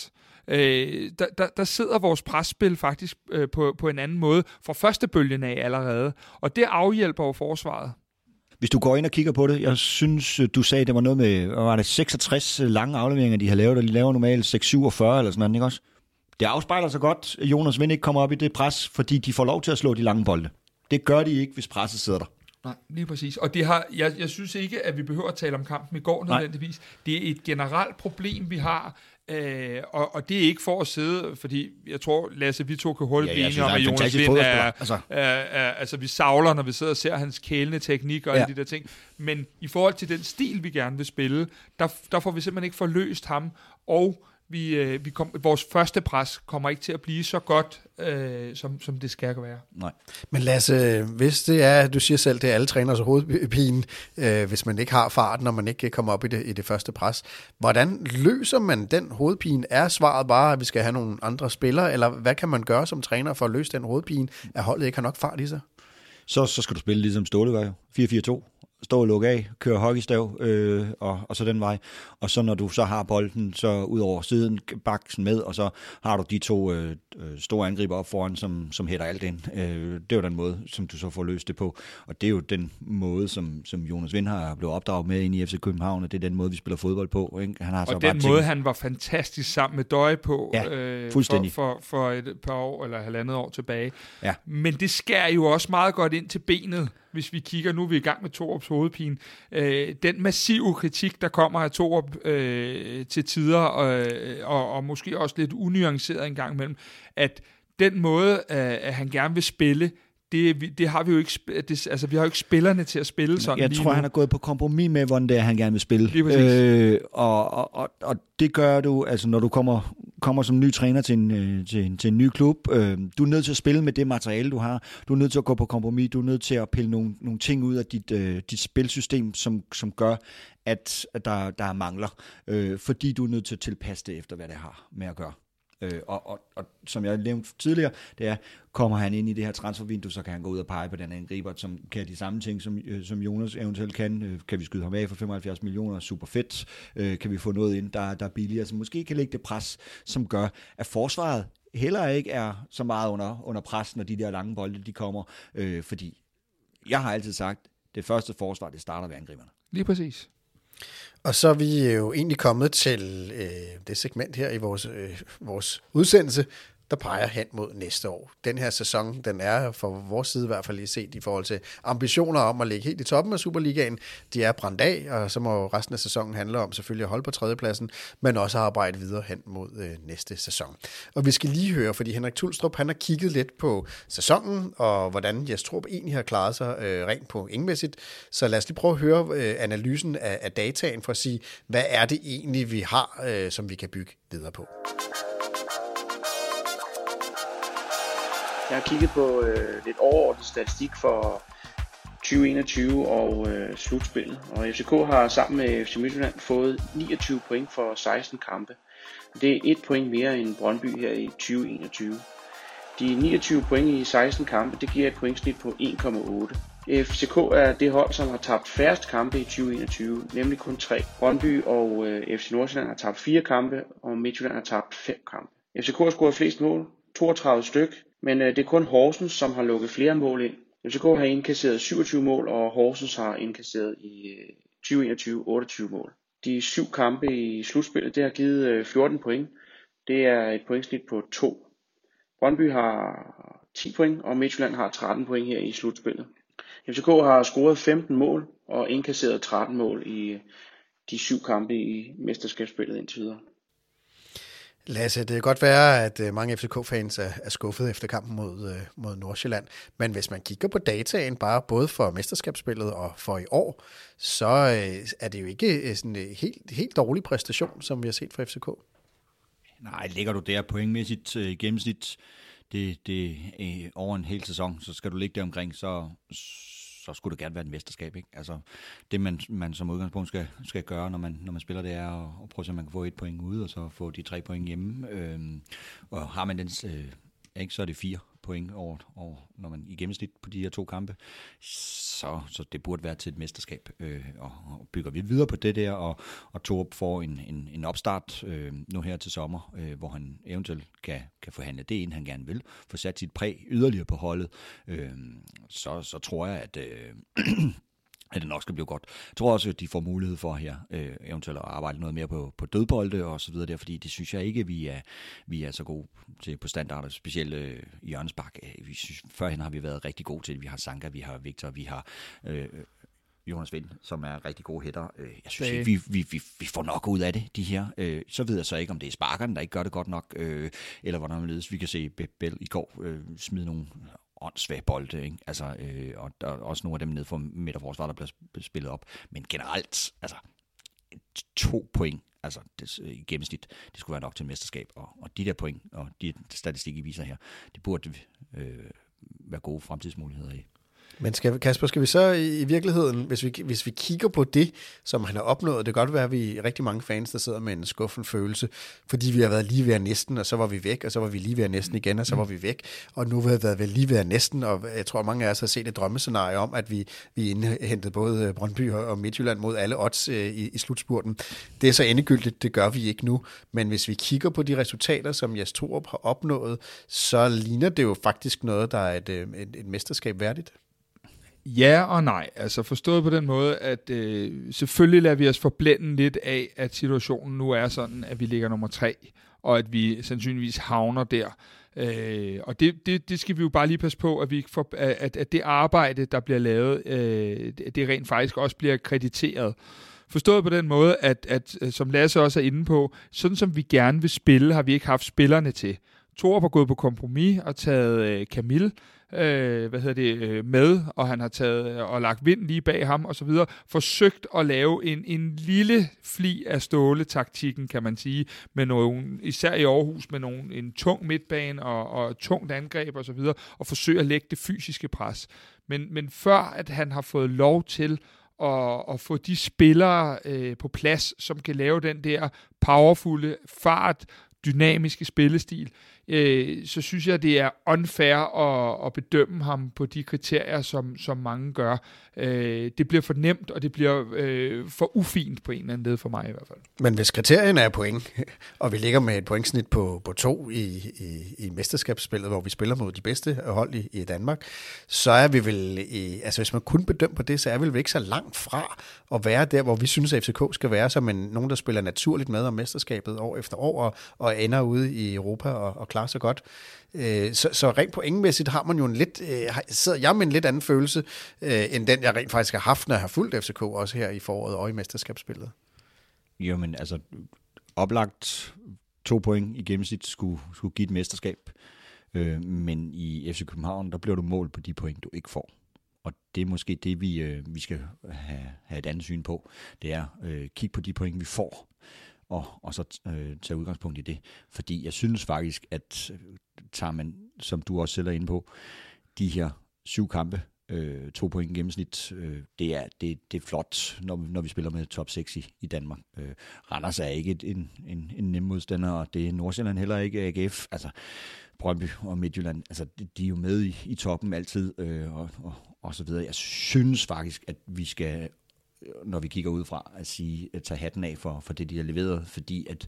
øh, der, der, der sidder vores presspil faktisk øh, på, på en anden måde fra første bølgen af allerede, og det afhjælper jo forsvaret. Hvis du går ind og kigger på det, jeg synes, du sagde, det var noget med, var det seksogtres lange afleveringer, de har lavet, og de laver normalt seks syvogfyrre eller sådan noget, ikke også? Det afspejler sig godt, at Jonas Vind ikke kommer op i det pres, fordi de får lov til at slå de lange bolde. Det gør de ikke, hvis presset sidder der. Nej, lige præcis. Og det har, jeg, jeg synes ikke, at vi behøver at tale om kampen i går nødvendigvis. Det er et generelt problem, vi har, øh, og, og det er ikke for at sidde, fordi jeg tror, Lasse, vi to kan hurtigt blive enige om, at Jonas Vind er, altså. Er, er, altså vi savler, når vi sidder og ser hans kælende teknik og ja. alle de der ting. Men i forhold til den stil, vi gerne vil spille, der, der får vi simpelthen ikke forløst ham, og Vi, øh, vi kom, vores første pres kommer ikke til at blive så godt, øh, som, som det skal være. Nej. Men Lasse, hvis det er, du siger selv, det er alle træners hovedpine, øh, hvis man ikke har farten, når man ikke kommer op i det, i det første pres. Hvordan løser man den hovedpine? Er svaret bare, at vi skal have nogle andre spillere, eller hvad kan man gøre som træner for at løse den hovedpine, at holdet ikke har nok fart i sig? Så, så skal du spille ligesom Ståle gør jo. fire fire to. Stå og lukke af, køre hockeystav, øh, og, og så den vej. Og så når du så har bolden, så ud over siden, baksen med, og så har du de to øh, store angriber op foran, som, som hætter alt ind. Øh, det er jo den måde, som du så får løst det på. Og det er jo den måde, som, som Jonas Vind har blevet opdraget med ind i F C København, og det er den måde, vi spiller fodbold på. Ikke? Han har og så den måde, ting. han var fantastisk sammen med Døje på ja, øh, fuldstændig. For, for, for et par år, eller halvandet år tilbage. Ja. Men det skærer jo også meget godt ind til benet, hvis vi kigger, nu er vi i gang med Torups hovedpine. Øh, den massive kritik, der kommer af Torup øh, til tider, og, og, og måske også lidt unuanceret en gang imellem, at den måde, øh, at han gerne vil spille, det, det har vi jo ikke, det, altså vi har jo ikke spillerne til at spille sådan. Jeg lige tror, nu. han er gået på kompromis med, hvordan det er, han gerne vil spille. Lige præcis. Øh, og, og, og, og det gør du, altså når du kommer, kommer som ny træner til en, øh, til, en, til en ny klub. Øh, du er nødt til at spille med det materiale, du har. Du er nødt til at gå på kompromis. Du er nødt til at pille nogle, nogle ting ud af dit, øh, dit spilsystem, som, som gør, at, at der, der er mangler. Øh, fordi du er nødt til at tilpasse det efter, hvad det har med at gøre. Øh, og, og, og som jeg nævnte tidligere, det er, kommer han ind i det her transfervindue, så kan han gå ud og pege på den angriber, som kan de samme ting, som, øh, som Jonas eventuelt kan. Øh, kan vi skyde ham af for femoghalvfjerds millioner? Super fedt. Øh, kan vi få noget ind, der, der er billigere, som måske kan lægge det pres, som gør, at forsvaret heller ikke er så meget under, under pres, når de der lange bolde, de kommer. Øh, fordi jeg har altid sagt, det første forsvar, det starter ved angriberne. Lige præcis. Og så er vi jo egentlig kommet til øh, det segment her i vores, øh, vores udsendelse, der peger hen mod næste år. Den her sæson, den er for vores side i hvert fald lige set i forhold til ambitioner om at ligge helt i toppen af Superligaen. De er brændt af, og så må resten af sæsonen handle om selvfølgelig at holde på tredjepladsen, men også at arbejde videre hen mod øh, næste sæson. Og vi skal lige høre, fordi Henrik Tulstrup, han har kigget lidt på sæsonen, og hvordan Jes Torup egentlig har klaret sig øh, rent pointmæssigt. Så lad os lige prøve at høre øh, analysen af, af dataen for at sige, hvad er det egentlig, vi har, øh, som vi kan bygge videre på. Jeg har kigget på øh, lidt overordnet statistik for tyve enogtyve og øh, slutspillet, og F C K har sammen med F C Midtjylland fået niogtyve point for seksten kampe. Det er et point mere end Brøndby her i tyve enogtyve. De niogtyve point i seksten kampe, det giver et pointsnit på en komma otte. F C K er det hold, som har tabt færrest kampe i tyve enogtyve, nemlig kun tre. Brøndby og øh, F C Nordsjælland har tabt fire kampe, og Midtjylland har tabt fem kampe. F C K har scoret flest mål, toogtredive styk, men øh, det er kun Horsens, som har lukket flere mål ind. F C K har indkasseret syvogtyve mål, og Horsens har indkasseret i øh, tyve enogtyve otteogtyve mål. De syv kampe i slutspillet, det har givet øh, fjorten point. Det er et pointsnit på to. Brøndby har ti point, og Midtjylland har tretten point her i slutspillet. F C K har scoret femten mål og indkasseret tretten mål i de syv kampe i mesterskabsspillet indtil videre. Lasse, det kan godt være, at mange F C K-fans er, er skuffet efter kampen mod, mod Nordsjælland, men hvis man kigger på dataen bare både for mesterskabsspillet og for i år, så er det jo ikke sådan en helt, helt dårlig præstation, som vi har set fra F C K. Nej, ligger du der pointmæssigt i gennemsnit det, det er over en hel sæson, så skal du ligge der omkring, så, så skulle det gerne være et mesterskab. Ikke? Altså, det man, man som udgangspunkt skal, skal gøre, når man, når man spiller, det er at, at prøve at se, at man kan få et point ude, og så få de tre point hjemme. Øhm, og har man den, øh, ikke, så er det fire point over, over, når man i gennemsnit på de her to kampe, så, så det burde være til et mesterskab. Øh, og, og bygger vi videre på det der, og, og Torup får en, en, en opstart øh, nu her til sommer, øh, hvor han eventuelt kan, kan forhandle det ind, han gerne vil, få sat sit præg yderligere på holdet, øh, så, så tror jeg, at øh, at det nok skal blive godt. Jeg tror også, at de får mulighed for her øh, eventuelt at arbejde noget mere på, på dødbolde og så videre der, fordi det synes jeg ikke, vi er, vi er så gode til på standarder, specielt øh, i Jørgens Bak. Vi synes, førhen har vi været rigtig gode til det. Vi har Sanka, vi har Victor, vi har øh, Jonas Vind, som er rigtig gode hætter. Jeg synes ikke, vi, vi, vi, vi får nok ud af det, de her. Øh, så ved jeg så ikke, om det er sparkerne, der ikke gør det godt nok, øh, eller hvordan man ledes. Vi kan se Bell i går øh, smide nogle åndssvage bolde, ikke? Altså, øh, og der er også nogle af dem nede for midterforsvar, der bliver spillet op. Men generelt, altså, to point, altså det, i gennemsnit, det skulle være nok til et mesterskab. Og, og de der point, og de statistikker, I viser her, det burde øh, være gode fremtidsmuligheder i. Men skal, Kasper, skal vi så i, i virkeligheden, hvis vi, hvis vi kigger på det, som han har opnået, det kan godt være, at vi er rigtig mange fans, der sidder med en skuffen følelse, fordi vi har været lige ved at næsten, og så var vi væk, og så var vi lige ved at næsten igen, og så var vi væk, og nu har vi været lige ved at næsten, og jeg tror, mange af os har set et drømmescenarie om, at vi, vi indhentede både Brøndby og Midtjylland mod alle odds øh, i, i slutspurten. Det er så endegyldigt, det gør vi ikke nu, men hvis vi kigger på de resultater, som Jes Torup har opnået, så ligner det jo faktisk noget, der er et, et, et mesterskab værdigt. Ja og nej. Altså forstået på den måde, at øh, selvfølgelig lader vi os forblænde lidt af, at situationen nu er sådan, at vi ligger nummer tre, og at vi sandsynligvis havner der. Øh, og det, det, det skal vi jo bare lige passe på, at, vi ikke får, at, at det arbejde, der bliver lavet, øh, det rent faktisk også bliver krediteret. Forstået på den måde, at, at som Lasse også er inde på, sådan som vi gerne vil spille, har vi ikke haft spillerne til. Torup har gået på kompromis og taget øh, Camille øh, hvad hedder det, øh, med, og han har taget og lagt Vind lige bag ham og så videre, forsøgt at lave en, en lille fli af Ståle-taktikken, kan man sige, med nogen, især i Aarhus, med nogen, en tung midtbane og, og tungt angreb og så videre, og forsøge at lægge det fysiske pres. Men, men før at han har fået lov til at, at få de spillere øh, på plads, som kan lave den der powerfulde fart, dynamiske spillestil, øh, så synes jeg, det er unfair at, at bedømme ham på de kriterier, som, som mange gør. Øh, det bliver for nemt, og det bliver øh, for ufint på en eller anden led for mig i hvert fald. Men hvis kriterierne er point, og vi ligger med et pointsnit på, på to i, i, i mesterskabsspillet, hvor vi spiller mod de bedste hold i, i Danmark, så er vi vel, i, altså hvis man kun bedømmer på det, så er vi vel ikke så langt fra at være der, hvor vi synes, at F C K skal være, som en, nogen, der spiller naturligt med om mesterskabet år efter år, og, og ender ude i Europa og, og klarer sig godt. Så, så rent pointmæssigt har man jo en lidt, sidder jeg med en lidt anden følelse, end den, jeg rent faktisk har haft, når jeg har fulgt F C K også her i foråret og i mesterskabsspillet. Jo, men altså oplagt to point i gennemsnit skulle, skulle give et mesterskab, øh, men i F C København, der bliver du mål på de point, du ikke får. Og det er måske det, vi, øh, vi skal have, have et andet syn på. Det er øh, kigge på de point, vi får, og, og så øh, tage udgangspunkt i det. Fordi jeg synes faktisk, at tager man, som du også selv er inde på, de her syv kampe, øh, to point i gennemsnit, øh, det, er, det, det er flot, når, når vi spiller med top seks i, i Danmark. Øh, Randers er ikke et, en, en, en nem modstander, og det er Nordsjælland heller ikke, A G F. Altså, Brøndby og Midtjylland, altså, de, de er jo med i, i toppen altid, øh, og, og, og så videre. Jeg synes faktisk, at vi skal, når vi kigger udefra, at sige, at tage hatten af for, for det, de har leveret, fordi at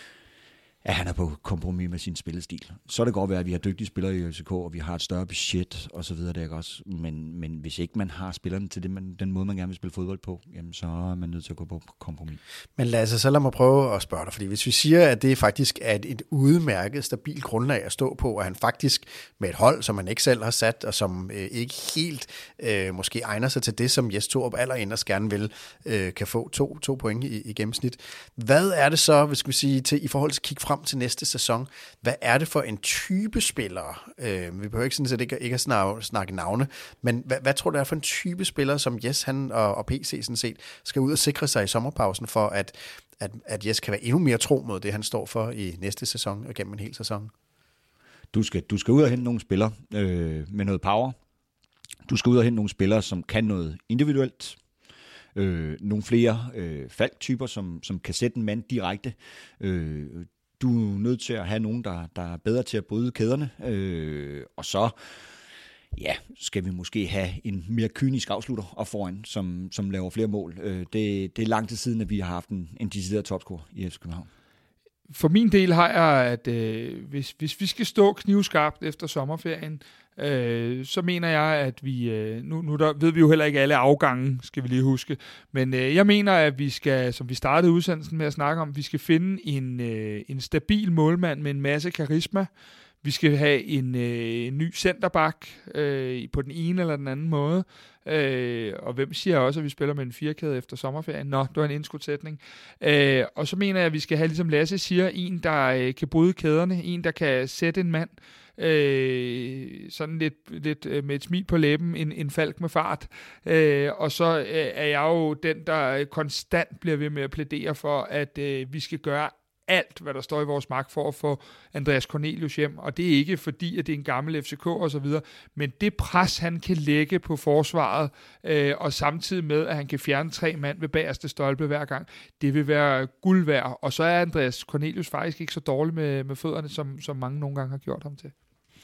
at han er på kompromis med sin spillestil. Så er det godt være, at vi har dygtige spillere i F C K, og vi har et større budget og så videre, det er også. Men, men hvis ikke man har spillerne til det, man, den måde, man gerne vil spille fodbold på, jamen, så er man nødt til at gå på kompromis. Men lad os så lad mig prøve at spørge dig, fordi hvis vi siger, at det faktisk er et, et udmærket, stabilt grundlag at stå på, og han faktisk med et hold, som man ikke selv har sat, og som øh, ikke helt øh, måske egner sig til det, som Jes Torup allerinderst gerne vil, øh, kan få to, to point i, i gennemsnit. Hvad er det så, hvis vi sige, til, i forhold til at kigge frem til næste sæson, hvad er det for en type spillere? Øh, vi behøver ikke sådan set ikke, ikke at snakke, snakke navne, men hvad, hvad tror du er for en type spillere, som Jes han og, og P C sådan set skal ud og sikre sig i sommerpausen for, at, at, at Jes kan være endnu mere tro mod det, han står for i næste sæson og gennem en hel sæson? Du skal, du skal ud og hente nogle spillere øh, med noget power. Du skal ud og hente nogle spillere, som kan noget individuelt. Øh, nogle flere øh, faldtyper, som, som kan sætte en mand direkte. Øh, du er nødt til at have nogen, der, der er bedre til at bryde kæderne, øh, og så ja, skal vi måske have en mere kynisk afslutter op foran, som, som laver flere mål. Øh, det, det er lang tid siden, at vi har haft en, en decideret topscorer i F C København. For min del har jeg, at øh, hvis, hvis vi skal stå knivskarpt efter sommerferien, øh, så mener jeg, at vi, øh, nu, nu der ved vi jo heller ikke alle afgange, skal vi lige huske, men øh, jeg mener, at vi skal, som vi startede udsendelsen med at snakke om, vi skal finde en, øh, en stabil målmand med en masse karisma. Vi skal have en, øh, en ny centerback øh, på den ene eller den anden måde. Øh, og hvem siger også, at vi spiller med en firkæde efter sommerferien? Nå, det var en indskudsætning. Øh, og så mener jeg, at vi skal have, ligesom Lasse siger, en, der øh, kan bryde kæderne. En, der kan sætte en mand. Øh, sådan lidt, lidt øh, med et smil på læben, en, en falk med fart. Øh, og så øh, er jeg jo den, der konstant bliver ved med at plædere for, at øh, vi skal gøre alt, hvad der står i vores magt for at få Andreas Cornelius hjem, og det er ikke fordi, at det er en gammel F C K og så videre, men det pres, han kan lægge på forsvaret, øh, og samtidig med, at han kan fjerne tre mand ved bagerste stolpe hver gang, det vil være guld værd, og så er Andreas Cornelius faktisk ikke så dårlig med, med fødderne, som, som mange nogle gange har gjort ham til.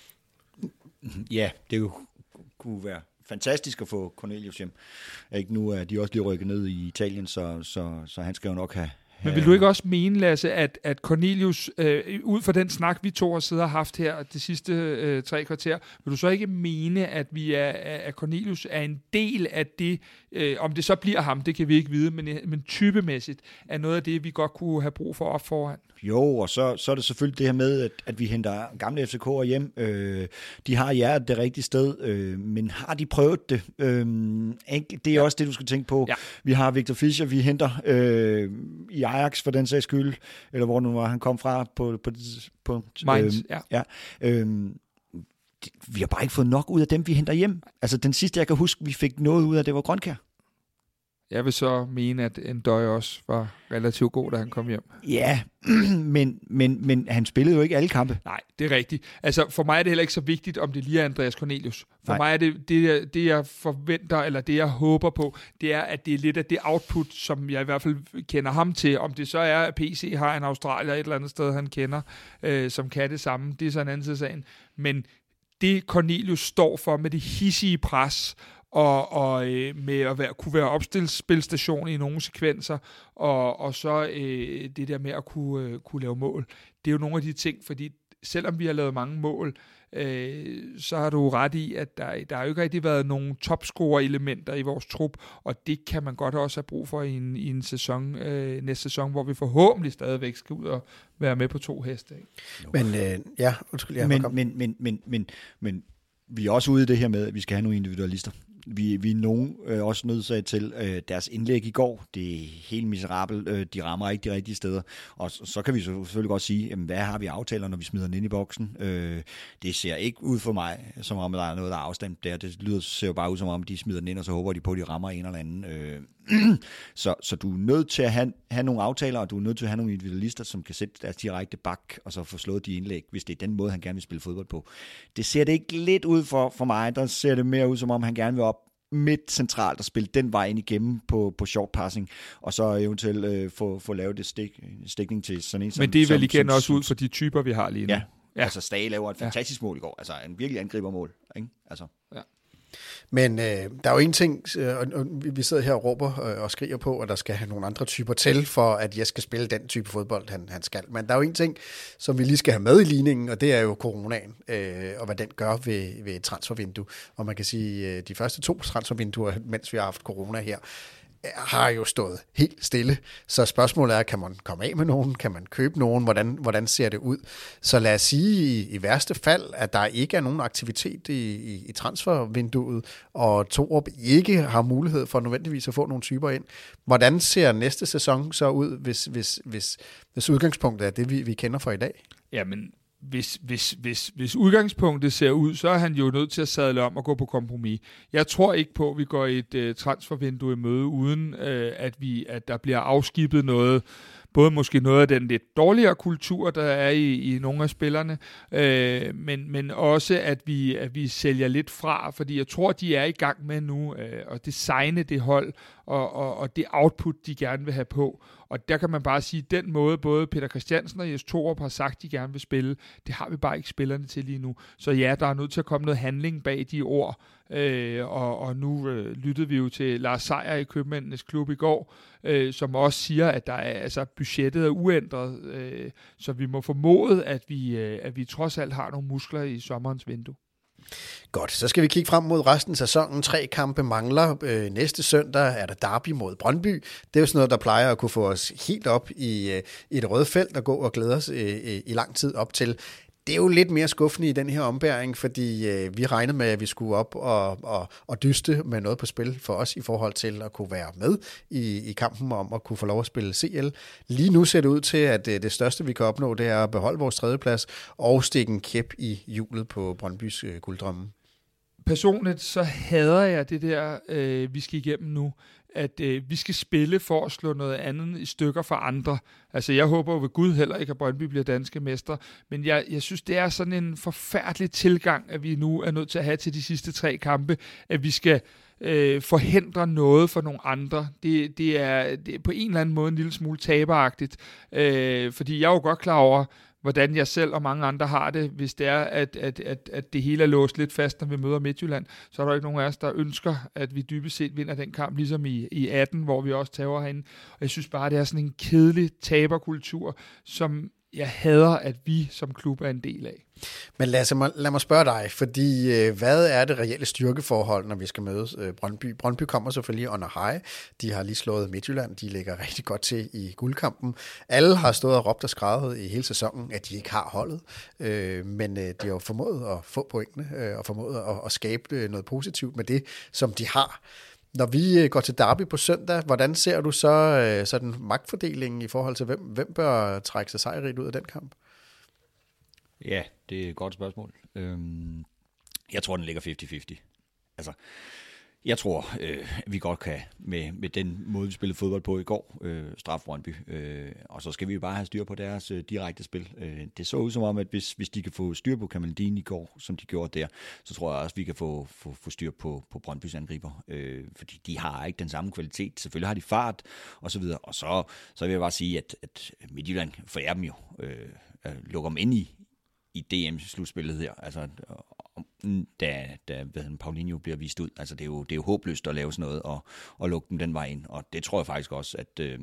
Ja, det jo kunne være fantastisk at få Cornelius hjem. Ikke, nu er de også lige rykket ned i Italien, så, så, så han skal jo nok have. Men vil du ikke også mene, Lasse, at, at Cornelius, øh, ud fra den snak, vi to har siddet og haft her de sidste øh, tre kvarter, vil du så ikke mene, at vi er, at Cornelius er en del af det, øh, om det så bliver ham, det kan vi ikke vide, men, men typemæssigt er noget af det, vi godt kunne have brug for op foran? Jo, og så, så er det selvfølgelig det her med, at, at vi henter gamle F C K'er hjem. Øh, de har hjertet det rigtige sted, øh, men har de prøvet det? Øh, det er ja. også det, du skal tænke på. Ja. Vi har Victor Fischer, vi henter øh, i Ajax for den sags skyld, eller hvor nu var han kom fra på, på, på Mainz, øh, ja. ja øh, vi har bare ikke fået nok ud af dem, vi henter hjem. Altså den sidste, jeg kan huske, vi fik noget ud af, det var Grønkjær. Jeg vil så mene, at Ndøj også var relativt god, da han kom hjem. Ja, men, men, men han spillede jo ikke alle kampe. Nej, det er rigtigt. Altså, for mig er det heller ikke så vigtigt, om det lige er Andreas Cornelius. For Nej. mig er det, det, det, jeg forventer, eller det, jeg håber på, det er, at det er lidt af det output, som jeg i hvert fald kender ham til. Om det så er, at P C har en australier et eller andet sted, han kender, øh, som kan det samme. Det er så en anden side af sagen. Men det Cornelius står for med det hissige pres, og, og øh, med at være, kunne være opstilsspilstation i nogle sekvenser, og, og så øh, det der med at kunne, øh, kunne lave mål. Det er jo nogle af de ting, fordi selvom vi har lavet mange mål, øh, så har du ret i, at der, der har jo ikke rigtig været nogle topscorer-elementer i vores trup, og det kan man godt også have brug for i en, i en sæson, øh, næste sæson, hvor vi forhåbentlig stadigvæk skal ud og være med på to heste. Ikke? Men øh, ja, undskyld, jeg men, men, men, men, men, men vi er også ude i det her med, at vi skal have nogle individualister. Vi, vi er nogen øh, også nødt til øh, deres indlæg i går. Det er helt miserabelt. Øh, de rammer ikke de rigtige steder. Og så, så kan vi selvfølgelig godt sige, jamen, hvad har vi aftaler, når vi smider den ind i boksen? Øh, det ser ikke ud for mig, som om der er noget, der er afstand der. Det lyder, ser jo bare ud som om, de smider den ind, og så håber de på, at de rammer en eller anden. Øh, så, så du er nødt til at have, have nogle aftaler, og du er nødt til at have nogle individualister, som kan sætte deres direkte bak, og så få slået de indlæg, hvis det er den måde, han gerne vil spille fodbold på. Det ser det ikke lidt ud for, for mig. Der ser det mere ud, som om han gerne vil op midt centralt og spille den vej ind igennem på, på short passing, og så eventuelt øh, få, få lavet det stik, stikning til sådan en som... Men det er vel som, igen som, også ud for de typer, vi har lige nu. Ja, ja. Altså Stage laver et fantastisk ja. mål i går, altså en virkelig angribermål, ikke? Altså... Ja. Men øh, der er jo en ting, øh, og vi sidder her og råber øh, og skriger på, at der skal have nogle andre typer til, for at jeg skal spille den type fodbold, han, han skal. Men der er jo en ting, som vi lige skal have med i ligningen, og det er jo coronaen, øh, og hvad den gør ved, ved et transfervindue. Og man kan sige, øh, de første to transfervinduer, mens vi har haft corona her, har jo stået helt stille. Så spørgsmålet er, kan man komme af med nogen? Kan man købe nogen? Hvordan, hvordan ser det ud? Så lad os sige i, i værste fald, at der ikke er nogen aktivitet i, i, i transfervinduet, og Torup ikke har mulighed for nødvendigvis at få nogle typer ind. Hvordan ser næste sæson så ud, hvis, hvis, hvis, hvis udgangspunktet er det, vi, vi kender fra i dag? Jamen, Hvis, hvis, hvis, hvis udgangspunktet ser ud, så er han jo nødt til at sadle om og gå på kompromis. Jeg tror ikke på, at vi går i et uh, transfervindue i møde, uden uh, at, vi, at der bliver afskibet noget, både måske noget af den lidt dårligere kultur, der er i, i nogle af spillerne, øh, men, men også, at vi, at vi sælger lidt fra, fordi jeg tror, de er i gang med nu øh, at designe det hold, og, og, og det output, de gerne vil have på. Og der kan man bare sige, at den måde, både Peter Christiansen og Jes Torup har sagt, de gerne vil spille, det har vi bare ikke spillerne til lige nu. Så ja, der er nødt til at komme noget handling bag de ord, øh, og, og nu øh, lyttede vi jo til Lars Seier i Købmændenes Klub i går, øh, som også siger, at der er, altså, budgettet er uændret, øh, så vi må formode, at vi, øh, at vi trods alt har nogle muskler i sommerens vindue. Godt, så skal vi kigge frem mod resten af sæsonen. Tre kampe mangler. Øh, næste søndag er der derby mod Brøndby. Det er jo sådan noget, der plejer at kunne få os helt op i, øh, i et rødt felt og gå og glæde os øh, i lang tid op til. Det er jo lidt mere skuffende i den her ombæring, fordi øh, vi regnede med, at vi skulle op og, og, og dyste med noget på spil for os i forhold til at kunne være med i, i kampen om at kunne få lov at spille C L. Lige nu ser det ud til, at det, det største, vi kan opnå, det er at beholde vores tredjeplads og stikke en kæp i hjulet på Brøndbys øh, gulddrømme. Personligt så hader jeg det der, øh, vi skal igennem nu, at øh, vi skal spille for at slå noget andet i stykker for andre. Altså jeg håber jo ved Gud heller ikke, at Brøndby bliver danske mester, men jeg, jeg synes, det er sådan en forfærdelig tilgang, at vi nu er nødt til at have til de sidste tre kampe, at vi skal øh, forhindre noget for nogle andre. Det, det, er, det er på en eller anden måde en lille smule taberagtigt, øh, fordi jeg er jo godt klar over, hvordan jeg selv og mange andre har det, hvis det er, at, at, at, at det hele er låst lidt fast, når vi møder Midtjylland, så er der ikke nogen af os, der ønsker, at vi dybest set vinder den kamp, ligesom i, i atten, hvor vi også tager herinde. Og jeg synes bare, det er sådan en kedelig taberkultur, som jeg hader, at vi som klub er en del af. Men lad mig, lad mig spørge dig, fordi øh, hvad er det reelle styrkeforhold, når vi skal møde øh, Brøndby? Brøndby kommer selvfølgelig under high. De har lige slået Midtjylland. De ligger rigtig godt til i guldkampen. Alle har stået og råbt og skreget i hele sæsonen, at de ikke har holdet. Øh, men øh, de har jo formået at få pointene øh, og formået at, at skabe noget positivt med det, som de har. Når vi går til derby på søndag, hvordan ser du så øh, sådan magtfordelingen i forhold til, hvem, hvem bør trække sig sejrigt ud af den kamp? Ja, det er et godt spørgsmål. Øhm, jeg tror, den ligger halvtreds halvtreds. Altså, jeg tror, øh, vi godt kan, med, med den måde, vi spillede fodbold på i går, øh, straffe Brøndby. Øh, og så skal vi bare have styr på deres øh, direkte spil. Øh, det så ud som om, at hvis, hvis de kan få styr på Kamaldin i går, som de gjorde der, så tror jeg også, at vi kan få, få, få styr på, på Brøndbys angriber. Øh, fordi de har ikke den samme kvalitet. Selvfølgelig har de fart, og så videre. Og så, så vil jeg bare sige, at, at Midtjylland forærer dem jo, øh, lukker dem ind i, i D M-slutspillet her, altså da, da hvad, Paulinho bliver vist ud. Altså det er jo, det er jo håbløst at lave sådan noget og, og lukke dem den vej ind, og det tror jeg faktisk også, at, øh,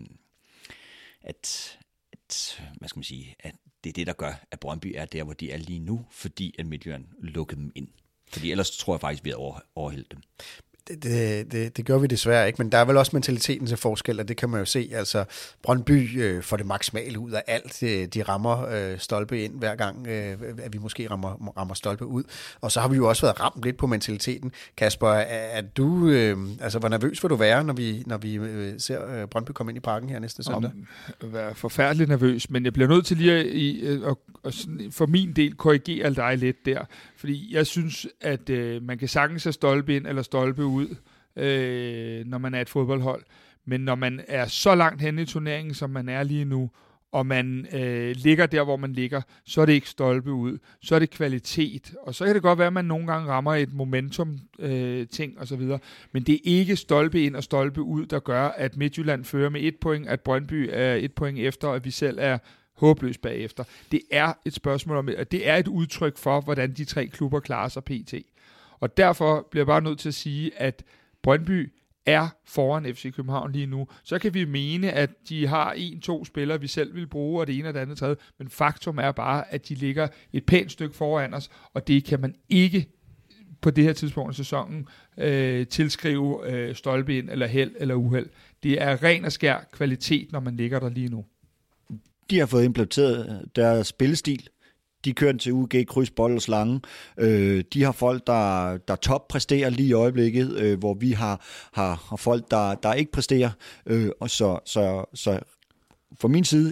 at, at, hvad skal man sige, at det er det, der gør, at Brøndby er der, hvor de er lige nu, fordi at Midtjylland lukkede dem ind. Fordi ellers tror jeg faktisk, vi har overhældt dem. Det, det, det, det gør vi desværre ikke, men der er vel også mentaliteten til forskel, og det kan man jo se. Altså, Brøndby øh, får det maksimale ud af alt. De rammer øh, stolpe ind hver gang, øh, at vi måske rammer, rammer stolpe ud. Og så har vi jo også været ramt lidt på mentaliteten. Kasper, er, er du, øh, altså, hvor nervøs vil du være, når vi, når vi øh, ser øh, Brøndby komme ind i parken her næste søndag? Jeg er forfærdeligt nervøs, men jeg bliver nødt til lige at, at, at, at for min del korrigere dig lidt der. Fordi jeg synes, at øh, man kan sagtens have stolpe ind eller stolpe ud, øh, når man er et fodboldhold. Men når man er så langt henne i turneringen, som man er lige nu, og man øh, ligger der, hvor man ligger, så er det ikke stolpe ud. Så er det kvalitet. Og så kan det godt være, at man nogle gange rammer et momentum-ting øh, osv. Men det er ikke stolpe ind og stolpe ud, der gør, at Midtjylland fører med et point, at Brøndby er et point efter, og at vi selv er håbløs bagefter. Det er et spørgsmål om, at det er et udtryk for, hvordan de tre klubber klarer sig pt. Og derfor bliver jeg bare nødt til at sige, at Brøndby er foran F C København lige nu. Så kan vi mene, at de har en, to spillere, vi selv vil bruge, og det ene og det andet tredje, men faktum er bare, at de ligger et pænt stykke foran os, og det kan man ikke på det her tidspunkt i sæsonen øh, tilskrive øh, stolpe ind, eller held, eller uheld. Det er ren og skær kvalitet, når man ligger der lige nu. De har fået implementeret deres spillestil. De kører til U G, kryds, bold og slange. Øh, de har folk, der, der top præsterer lige i øjeblikket, øh, hvor vi har, har, har folk, der, der ikke præsterer. Øh, og så, så, så fra min side, ja,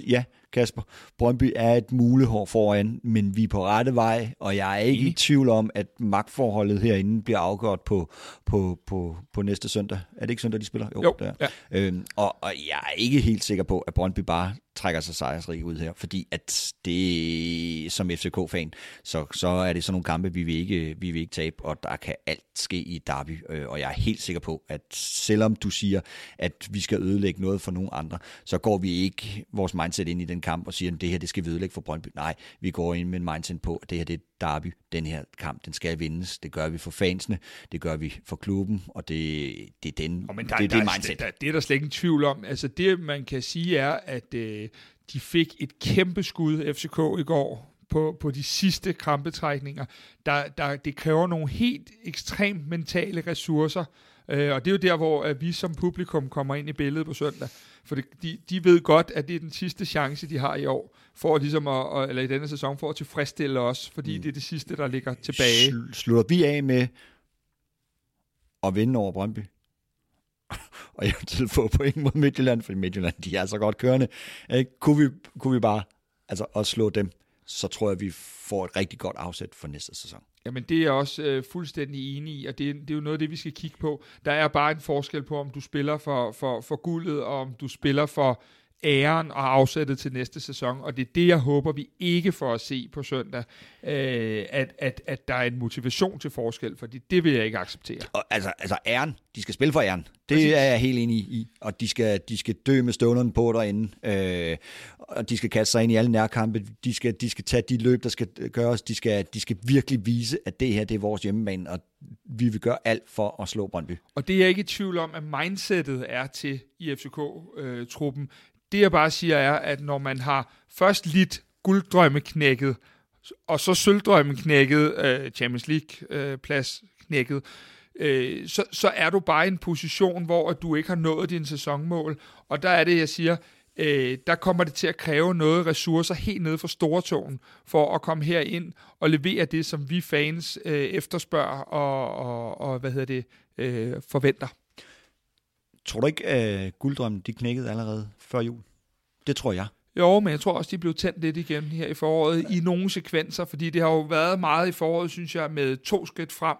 Kasper. Brøndby er et mulehår foran, men vi er på rette vej, og jeg er ikke i tvivl om, at magtforholdet herinde bliver afgjort på, på, på, på næste søndag. Er det ikke søndag, de spiller? Jo, jo der. Ja. Øhm, og, og jeg er ikke helt sikker på, at Brøndby bare trækker sig sejrsrig ud her, fordi at det, som F C K-fan, så, så er det sådan nogle kampe, vi vil ikke, vi vil ikke tabe, og der kan alt ske i et derby, og jeg er helt sikker på, at selvom du siger, at vi skal ødelægge noget for nogle andre, så går vi ikke vores mindset ind i den kamp og siger, at det her, det skal vi ødelægge for Brøndby. Nej, vi går ind med en mindset på, at det her, det er derby, den her kamp, den skal vindes. Det gør vi for fansene, det gør vi for klubben, og det, det er den, oh, men det, der, det, der, det er mindset. Der, der, det er der slet ingen tvivl om. Altså det, man kan sige, er, at øh, de fik et kæmpe skud F C K i går på, på de sidste krampetrækninger. Der, der, det kræver nogle helt ekstremt mentale ressourcer, øh, og det er jo der, hvor at vi som publikum kommer ind i billedet på søndag. For det, de, de ved godt, at det er den sidste chance, de har i år, for ligesom at, eller i denne sæson, for at tilfredsstille os, fordi mm. det er det sidste, der ligger tilbage. Sl- slutter vi af med at vinde over Brøndby? Og jeg vil få point mod Midtjylland, for Midtjylland, de er så godt kørende. Kunne vi, kunne vi bare altså, at slå dem, så tror jeg, vi får et rigtig godt afsæt for næste sæson. Jamen det er jeg også øh, fuldstændig enig i, og det, det er jo noget af det, vi skal kigge på. Der er bare en forskel på, om du spiller for, for, for guldet, og om du spiller for æren og afsættet til næste sæson, og det er det, jeg håber, vi ikke får at se på søndag, øh, at, at, at der er en motivation til forskel, fordi det vil jeg ikke acceptere. Og, altså, altså æren, de skal spille for æren, det Præcis. er jeg helt enig i, og de skal, de skal dø med støvlerne på derinde, øh, og de skal kaste sig ind i alle nærkampe, de skal, de skal tage de løb, der skal gøres, de skal, de skal virkelig vise, at det her, det er vores hjemmebane, og vi vil gøre alt for at slå Brøndby. Og det er jeg ikke i tvivl om, at mindsetet er til i F C K-truppen. Det jeg bare siger er, at når man har først lidt gulddrømmeknækket, og så sølvdrømmeknækket, øh, Champions League-plads øh, knækket, øh, så, så er du bare i en position, hvor du ikke har nået din sæsonmål. Og der er det, jeg siger, øh, der kommer det til at kræve noget ressourcer helt nede fra stortåen, for at komme herind og levere det, som vi fans øh, efterspørger og, og, og hvad hedder det, øh, forventer. Tror du ikke, at gulddrømmen de knækkede allerede før jul? Det tror jeg. Jo, men jeg tror også, de blev tændt lidt igen her i foråret i nogle sekvenser, fordi det har jo været meget i foråret, synes jeg, med to skridt frem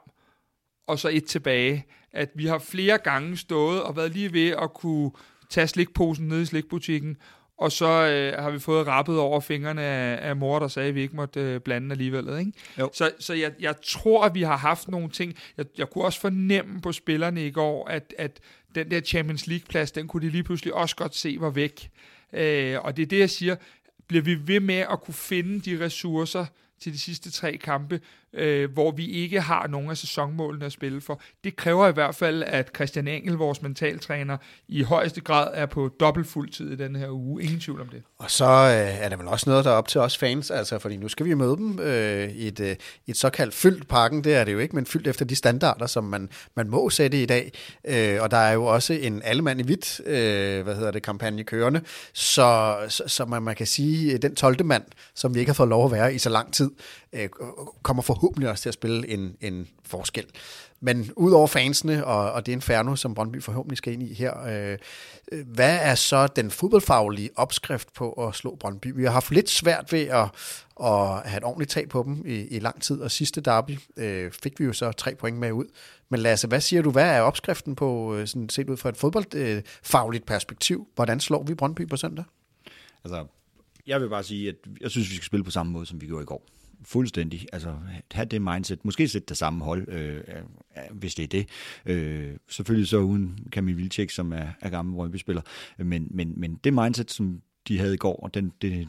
og så et tilbage. At vi har flere gange stået og været lige ved at kunne tage slikposen ned i slikbutikken, og så øh, har vi fået rappet over fingrene af, af mor, der sagde, at vi ikke måtte øh, blande alligevel. Ikke? Så, så jeg, jeg tror, at vi har haft nogle ting. Jeg, jeg kunne også fornemme på spillerne i går, at, at den der Champions League-plads, den kunne de lige pludselig også godt se var væk. Øh, og det er det, jeg siger. Bliver vi ved med at kunne finde de ressourcer til de sidste tre kampe, øh, hvor vi ikke har nogen af sæsonmålene at spille for. Det kræver i hvert fald, at Christian Engel, vores mentaltræner, i højeste grad er på dobbelt fuldtid i denne her uge. Ingen tvivl om det. Og så øh, er der vel også noget, der er op til os fans, altså, fordi nu skal vi møde dem øh, i et, øh, et såkaldt fyldt Parken. Det er det jo ikke, men fyldt efter de standarder, som man, man må sætte i dag. Øh, og der er jo også en allemand i hvidt, øh, hvad hedder det, kampagne kørende, så, så, så man, man kan sige, den tolvte mand, som vi ikke har fået lov at være i så lang tid, øh, kommer forhåbentlig også til at spille en, en forskel. Men ud over fansene og, og det inferno, som Brøndby forhåbentlig skal ind i her, øh, hvad er så den fodboldfaglige opskrift på at slå Brøndby? Vi har haft lidt svært ved at, at have et ordentligt tag på dem i, i lang tid, og sidste derby øh, fik vi jo så tre point med ud. Men Lasse, hvad siger du? Hvad er opskriften på, sådan set ud fra et fodboldfagligt perspektiv? Hvordan slår vi Brøndby på søndag? Altså, jeg vil bare sige, at jeg synes, vi skal spille på samme måde, som vi gjorde i går. Fuldstændig. Altså, have det mindset. Måske sætte det samme hold, øh, hvis det er det. Øh, selvfølgelig så uden Kamil Vilcek, som er, er gammel Brøndby-spiller. Men, men, men det mindset, som de havde i går, og den, det,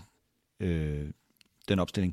øh, den opstilling,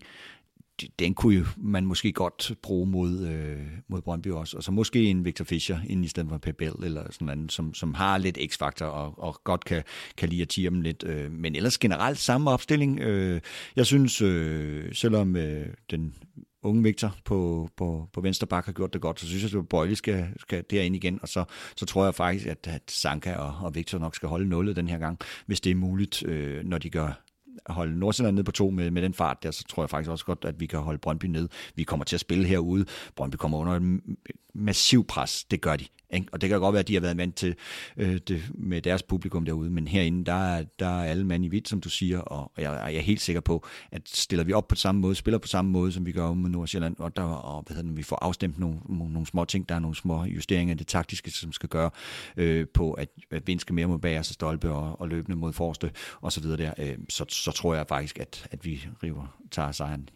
den kunne jo man måske godt bruge mod, øh, mod Brøndby også. Og så måske en Victor Fischer ind i stedet for Pep Bell, eller sådan noget, som, som har lidt x-faktor og, og godt kan, kan lide at tire dem lidt. Øh, men ellers generelt samme opstilling. Øh, jeg synes, øh, selvom øh, den unge Victor på, på, på venstre bak har gjort det godt, så synes jeg, at Bøjle skal, skal derind igen, og så, så tror jeg faktisk, at, at Sanka og, og Victor nok skal holde nullet den her gang, hvis det er muligt, øh, når de gør holde Nordsjælland ned på to med, med den fart der, så tror jeg faktisk også godt, at vi kan holde Brøndby ned. Vi kommer til at spille herude. Brøndby kommer under et massiv pres. Det gør de. Ikke? Og det kan godt være, at de har været vant til øh, det med deres publikum derude, men herinde, der er, der er alle mand i hvidt, som du siger, og jeg, jeg er helt sikker på, at stiller vi op på samme måde, spiller på samme måde, som vi gør med Nordsjælland, og, der, og hvad hedder det, vi får afstemt nogle, nogle små ting, der er nogle små justeringer af det taktiske, som skal gøre øh, på, at, at vind skal mere mod bagerste stolpe og, og løbende mod forreste, og så videre der, øh, så, så tror jeg faktisk, at, at vi river, tager sejren.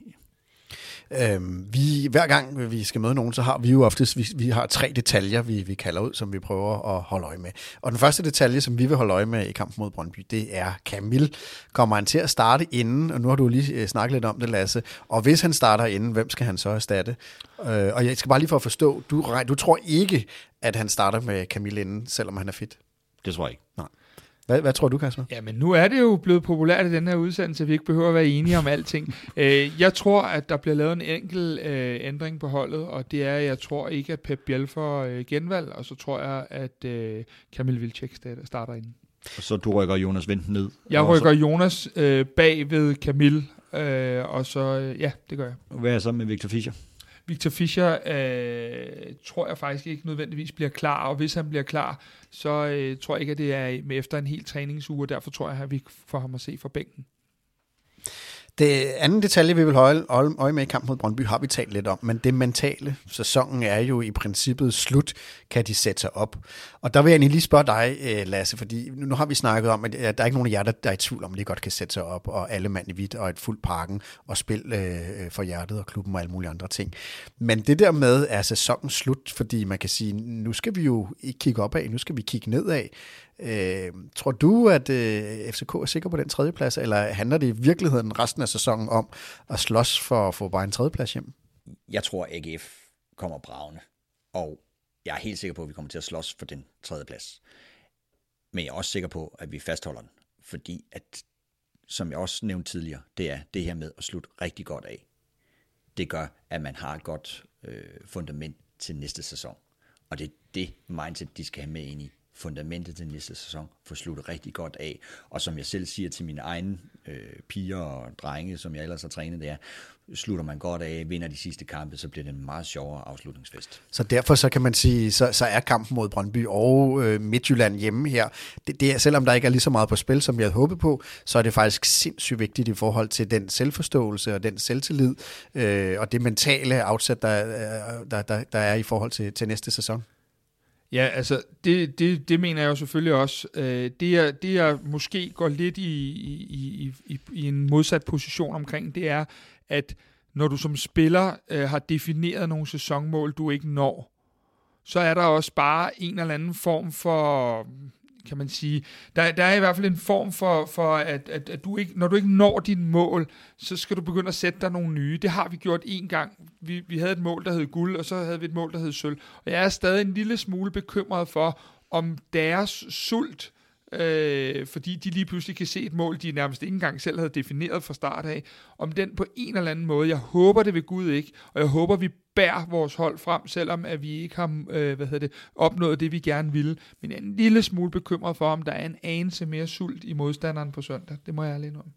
Øhm, vi, hver gang vi skal møde nogen, så har vi jo oftest, vi, vi har tre detaljer, vi, vi kalder ud, som vi prøver at holde øje med. Og den første detalje, som vi vil holde øje med i kampen mod Brøndby, det er Camille. Kommer han til at starte inden? Og nu har du lige snakket lidt om det, Lasse. Og hvis han starter inden, hvem skal han så erstatte? Øh, og jeg skal bare lige for at forstå, du, du tror ikke, at han starter med Camille inden, selvom han er fit? Det tror jeg ikke. Nej. Hvad, hvad tror du, Kasper? Ja, men nu er det jo blevet populært i den her udsendelse, at vi ikke behøver at være enige om alting. Jeg tror, at der bliver lavet en enkel øh, ændring på holdet, og det er, at jeg tror ikke, at Pep Biel får øh, genvalg, og så tror jeg, at øh, Kamil Vilcek starter inden. Og så du rykker Jonas Vind ned? Jeg rykker Jonas øh, bag ved Camille, øh, og så, øh, ja, det gør jeg. Hvad er så med Victor Fischer? Victor Fischer øh, tror jeg faktisk ikke nødvendigvis bliver klar, og hvis han bliver klar, så øh, tror jeg ikke, at det er med efter en hel træningsuge, og derfor tror jeg, at vi får ham at se fra bænken. Det anden detalje, vi vil holde øje med i kampen mod Brøndby, har vi talt lidt om, men det mentale. Sæsonen er jo i princippet slut, kan de sætte sig op. Og der vil jeg egentlig lige spørge dig, Lasse, fordi nu har vi snakket om, at der er ikke nogen af jer, der er i tvivl om, at de godt kan sætte sig op, og alle mand i hvidt, og et fuldt parken, og spil øh, for hjertet og klubben og alle mulige andre ting. Men det der med, er sæsonen slut, fordi man kan sige, nu skal vi jo ikke kigge opad, nu skal vi kigge nedad. Øh, tror du, at øh, F C K er sikker på den tredjeplads, eller handler det i virkeligheden resten af sæsonen om at slås for at få bare en tredjeplads hjem? Jeg tror, A G F kommer bragende, og jeg er helt sikker på, at vi kommer til at slås for den tredjeplads. Men jeg er også sikker på, at vi fastholder den, fordi at, som jeg også nævnte tidligere, det er det her med at slutte rigtig godt af. Det gør, at man har et godt øh, fundament til næste sæson, og det er det mindset, de skal have med ind i. Fundamentet til næste sæson, få sluttet rigtig godt af, og som jeg selv siger til mine egne øh, piger og drenge, som jeg ellers har trænet, det er, slutter man godt af, vinder de sidste kampe, så bliver det en meget sjovere afslutningsfest. Så derfor så kan man sige, så, så er kampen mod Brøndby og øh, Midtjylland hjemme her, det, det er, selvom der ikke er lige så meget på spil, som jeg havde håbet på, så er det faktisk sindssygt vigtigt i forhold til den selvforståelse og den selvtillid, øh, og det mentale afsæt, der, der, der, der er i forhold til, til næste sæson. Ja, altså, det, det, det mener jeg jo selvfølgelig også. Det jeg, det, jeg måske går lidt i, i, i, i en modsat position omkring, det er, at når du som spiller øh, har defineret nogle sæsonmål, du ikke når, så er der også bare en eller anden form for, kan man sige, der, der er i hvert fald en form for, for at, at, at du ikke, når du ikke når dine mål, så skal du begynde at sætte dig nogle nye. Det har vi gjort én gang. Vi, vi havde et mål, der hed guld, og så havde vi et mål, der hed sølv. Og jeg er stadig en lille smule bekymret for, om deres sult, øh, fordi de lige pludselig kan se et mål, de nærmest ikke engang selv havde defineret fra start af, om den på en eller anden måde, jeg håber det ved Gud ikke, og jeg håber, vi bærer vores hold frem, selvom at vi ikke har øh, hvad hedder det, opnået det, vi gerne ville. Men jeg er en lille smule bekymret for, om der er en anelse mere sult i modstanderen på søndag. Det må jeg ærligt om.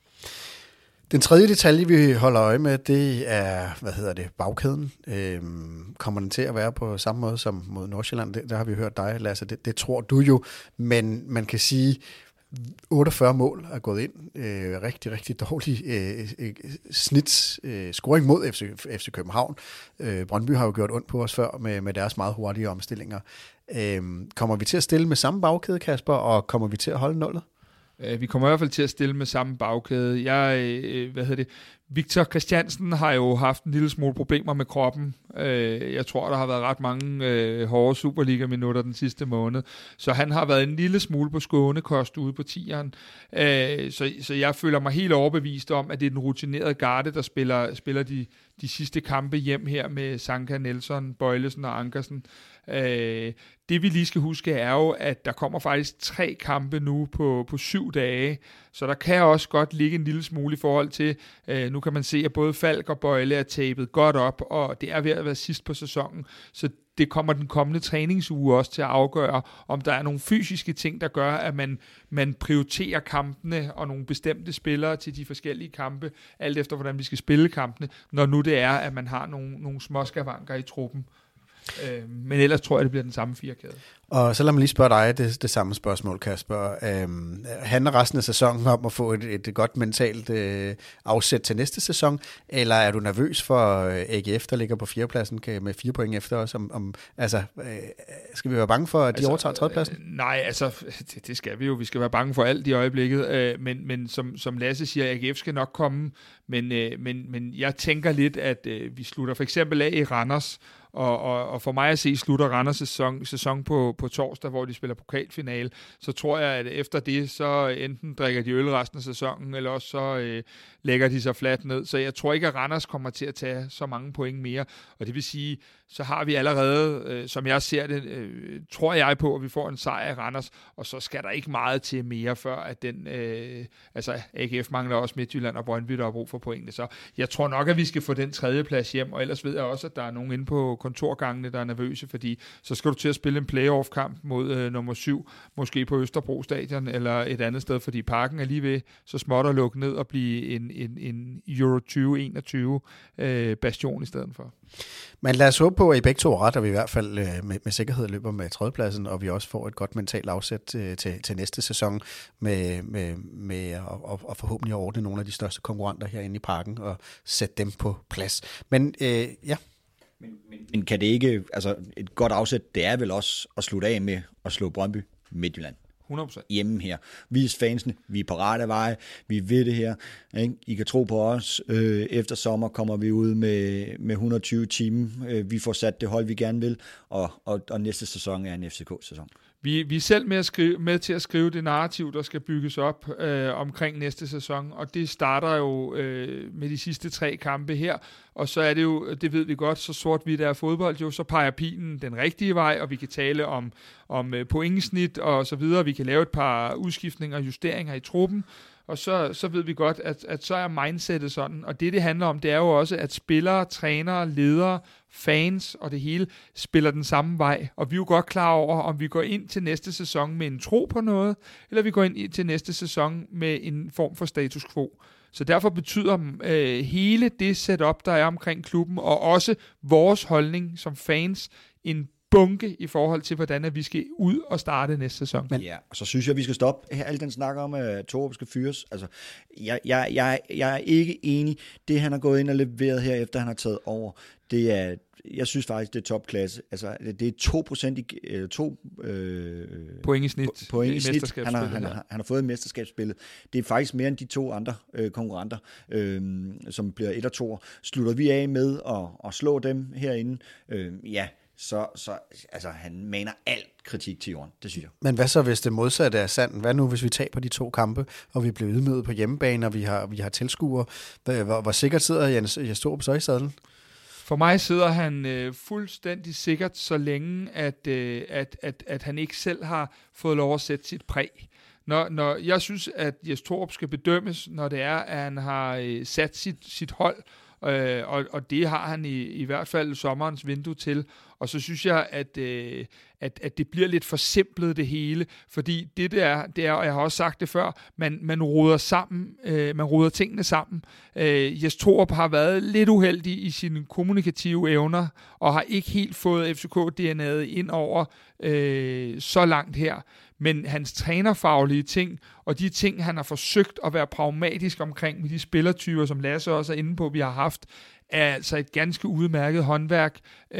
Den tredje detalje, vi holder øje med, det er, hvad hedder det, bagkæden. Øhm, kommer den til at være på samme måde som mod Nordsjælland? Det, der har vi hørt dig, Lasse. Det, det tror du jo, men man kan sige, otteogfyrre mål er gået ind. Øh, rigtig, rigtig dårlig øh, øh, snit øh, scoring mod F C, F C København. Øh, Brøndby har jo gjort ondt på os før med, med deres meget hurtige omstillinger. Øh, kommer vi til at stille med samme bagkæde, Kasper, og kommer vi til at holde nullet? Vi kommer i hvert fald til at stille med samme bagkæde. Jeg, hvad hedder det, Victor Christiansen har jo haft en lille smule problemer med kroppen. Jeg tror, der har været ret mange hårde Superliga-minutter den sidste måned. Så han har været en lille smule på skånekost ude på tieren. Så, så jeg føler mig helt overbevist om, at det er den rutinerede garde, der spiller, spiller de, de sidste kampe hjem her med Sanka, Nelson, Bøjlesen og Ankersen. Øh, det vi lige skal huske er jo, at der kommer faktisk tre kampe nu på, på syv dage, så der kan også godt ligge en lille smule i forhold til, øh, nu kan man se, at både Falk og Bøjle er tabet godt op, og det er ved at være sidst på sæsonen, så det kommer den kommende træningsuge også til at afgøre, om der er nogle fysiske ting, der gør, at man, man prioriterer kampene og nogle bestemte spillere til de forskellige kampe, alt efter hvordan vi skal spille kampene, når nu det er, at man har nogle, nogle småskavanker i truppen. Øh, men ellers tror jeg, det bliver den samme firekæde. Og så lad mig lige spørge dig det, det samme spørgsmål, Kasper. Øhm, handler resten af sæsonen om at få et, et godt mentalt øh, afsæt til næste sæson, eller er du nervøs for A G F, der ligger på fjerdepladsen med fire point efter os? Om, om, altså, øh, skal vi være bange for, at de altså, overtager tredjepladsen? Øh, nej, altså, det, det skal vi jo. Vi skal være bange for alt i øjeblikket. Øh, men men som, som Lasse siger, A G F skal nok komme. Men, øh, men, men jeg tænker lidt, at øh, vi slutter for eksempel af i Randers, Og, og, og for mig at se slutter Randers sæson, sæson på, på torsdag, hvor de spiller pokalfinale, så tror jeg, at efter det, så enten drikker de øl resten af sæsonen, eller også så øh, lægger de sig fladt ned. Så jeg tror ikke, at Randers kommer til at tage så mange point mere. Og det vil sige, så har vi allerede, øh, som jeg ser det, øh, tror jeg på, at vi får en sejr i Randers, og så skal der ikke meget til mere, før at den, øh, altså A G F mangler også Midtjylland og Brøndby, der har brug for pointene. Så jeg tror nok, at vi skal få den tredje plads hjem, og ellers ved jeg også, at der er nogen inde på kontorgangene, der er nervøse, fordi så skal du til at spille en playoff-kamp mod øh, nummer syv, måske på Østerbro Stadion eller et andet sted, fordi parken er lige ved så småt at lukke ned og blive en, en, en Euro tyve enogtyve øh, bastion i stedet for. Men lad os håbe på, at I begge to er ret, og vi i hvert fald øh, med, med sikkerhed løber med tredjepladsen, og vi også får et godt mentalt afsæt til, til, til næste sæson med, med, med at og, og forhåbentlig ordne nogle af de største konkurrenter herinde i parken og sætte dem på plads. Men øh, ja. Men, men, men kan det ikke, altså et godt afsæt, det er vel også at slutte af med at slå Brøndby Midtjylland hundrede procent hjemme her. Vis fansene, vi er parate veje, vi ved det her. Ikke? I kan tro på os. Øh, efter sommer kommer vi ud med, med et hundrede og tyve timer. Øh, vi får sat det hold, vi gerne vil, og, og, og næste sæson er en F C K-sæson. Vi, vi er selv med, at skrive, med til at skrive det narrativ, der skal bygges op øh, omkring næste sæson, og det starter jo øh, med de sidste tre kampe her, og så er det jo, det ved vi godt, så sort-hvidt er fodbold jo, så peger pilen den rigtige vej, og vi kan tale om, om pointsnit og så videre, vi kan lave et par udskiftninger og justeringer i truppen, og så, så ved vi godt, at, at så er mindsetet sådan, og det det handler om, det er jo også, at spillere, trænere, ledere, fans og det hele spiller den samme vej, og vi er jo godt klar over, om vi går ind til næste sæson med en tro på noget, eller vi går ind til næste sæson med en form for status quo. Så derfor betyder øh, hele det setup, der er omkring klubben, og også vores holdning som fans, en bunke i forhold til, hvordan at vi skal ud og starte næste sæson. Men ja, og så synes jeg, at vi skal stoppe alt den snak om, at Torup skal fyres. Altså, jeg, jeg, jeg, jeg er ikke enig. Det, han har gået ind og leveret her, efter han har taget over, det er, jeg synes faktisk, det er topklasse. Altså, det er to procent i to øh, point i snit, point i i snit. Han, har, han, har, han har fået mesterskabsspillet. Det er faktisk mere end de to andre øh, konkurrenter, øh, som bliver et og to. Slutter vi af med at, at slå dem herinde? Øh, ja, så, så altså, han maner alt kritik til jorden, det synes jeg. Men hvad så, hvis det modsatte er sandt? Hvad nu, hvis vi taber de to kampe, og vi bliver ydmyget på hjemmebane, og vi har, vi har tilskuere? Hvor, hvor sikkert sidder Jens Torup så i sadlen? For mig sidder han øh, fuldstændig sikkert, så længe, at, øh, at, at, at han ikke selv har fået lov at sætte sit præg. Når, når jeg synes, at Jes Torup skal bedømmes, når det er, at han har øh, sat sit, sit hold, øh, og, og det har han i, i hvert fald sommerens vindue til. Og så synes jeg, at, øh, at, at det bliver lidt forsimplet det hele, fordi det der, det er, og jeg har også sagt det før, man, man roder sammen, øh, man roder tingene sammen. Øh, Jes Torup har været lidt uheldig i sine kommunikative evner, og har ikke helt fået F C K-D N A'et ind over øh, så langt her. Men hans trænerfaglige ting, og de ting, han har forsøgt at være pragmatisk omkring med de spillertyper, som Lasse også er inde på, vi har haft, er altså et ganske udmærket håndværk,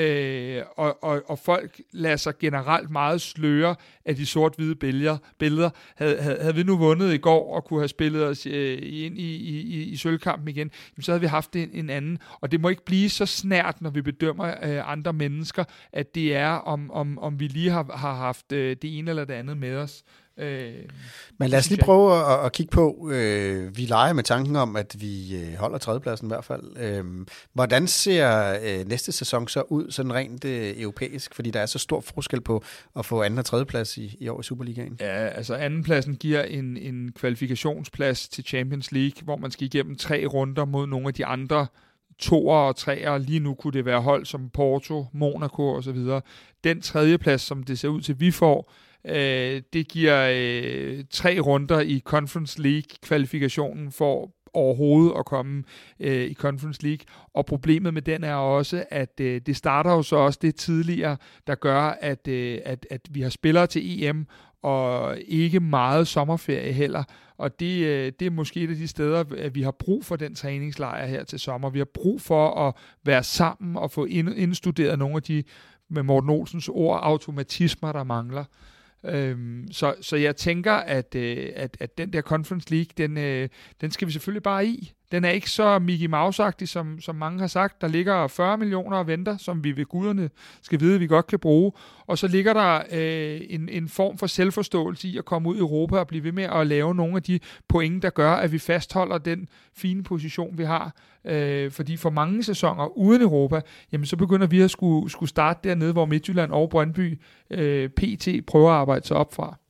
øh, og, og, og folk lader sig generelt meget sløre af de sort-hvide billeder. billeder. Havde, havde, havde vi nu vundet i går og kunne have spillet os øh, ind i, i, i sølvkampen igen, så havde vi haft en, en anden. Og det må ikke blive så snært, når vi bedømmer øh, andre mennesker, at det er, om, om, om vi lige har, har haft øh, det ene eller det andet med os. Øh, Men lad os lige prøve at, at kigge på, øh, vi leger med tanken om, at vi øh, holder tredjepladsen i hvert fald. Øh, hvordan ser øh, næste sæson så ud, sådan rent øh, europæisk? Fordi der er så stor forskel på at få anden og tredjeplads i, i år i Superligaen. Ja, altså andenpladsen giver en, en kvalifikationsplads til Champions League, hvor man skal igennem tre runder mod nogle af de andre toer og treer. Lige nu kunne det være hold som Porto, Monaco og så videre. Den tredjeplads, som det ser ud til, vi får, Øh, det giver øh, tre runder i Conference League-kvalifikationen for overhovedet at komme øh, i Conference League. Og problemet med den er også, at øh, det starter jo så også det tidligere, der gør, at, øh, at, at vi har spillere til E M, og ikke meget sommerferie heller. Og det, øh, det er måske et af de steder, at vi har brug for den træningslejr her til sommer. Vi har brug for at være sammen og få ind, indstuderet nogle af de, med Morten Olsens ord, automatismer, der mangler. Øhm, så, så jeg tænker, at, øh, at, at den der Conference League, den, øh, den skal vi selvfølgelig bare i. Den er ikke så Mickey Mouse-agtig, som, som mange har sagt. Der ligger fyrre millioner og venter, som vi ved guderne skal vide, at vi godt kan bruge. Og så ligger der øh, en, en form for selvforståelse i at komme ud i Europa og blive ved med at lave nogle af de point, der gør, at vi fastholder den fine position, vi har. Øh, fordi for mange sæsoner uden Europa, jamen så begynder vi at skulle, skulle starte dernede, hvor Midtjylland og Brøndby øh, P T prøver at arbejde sig op fra.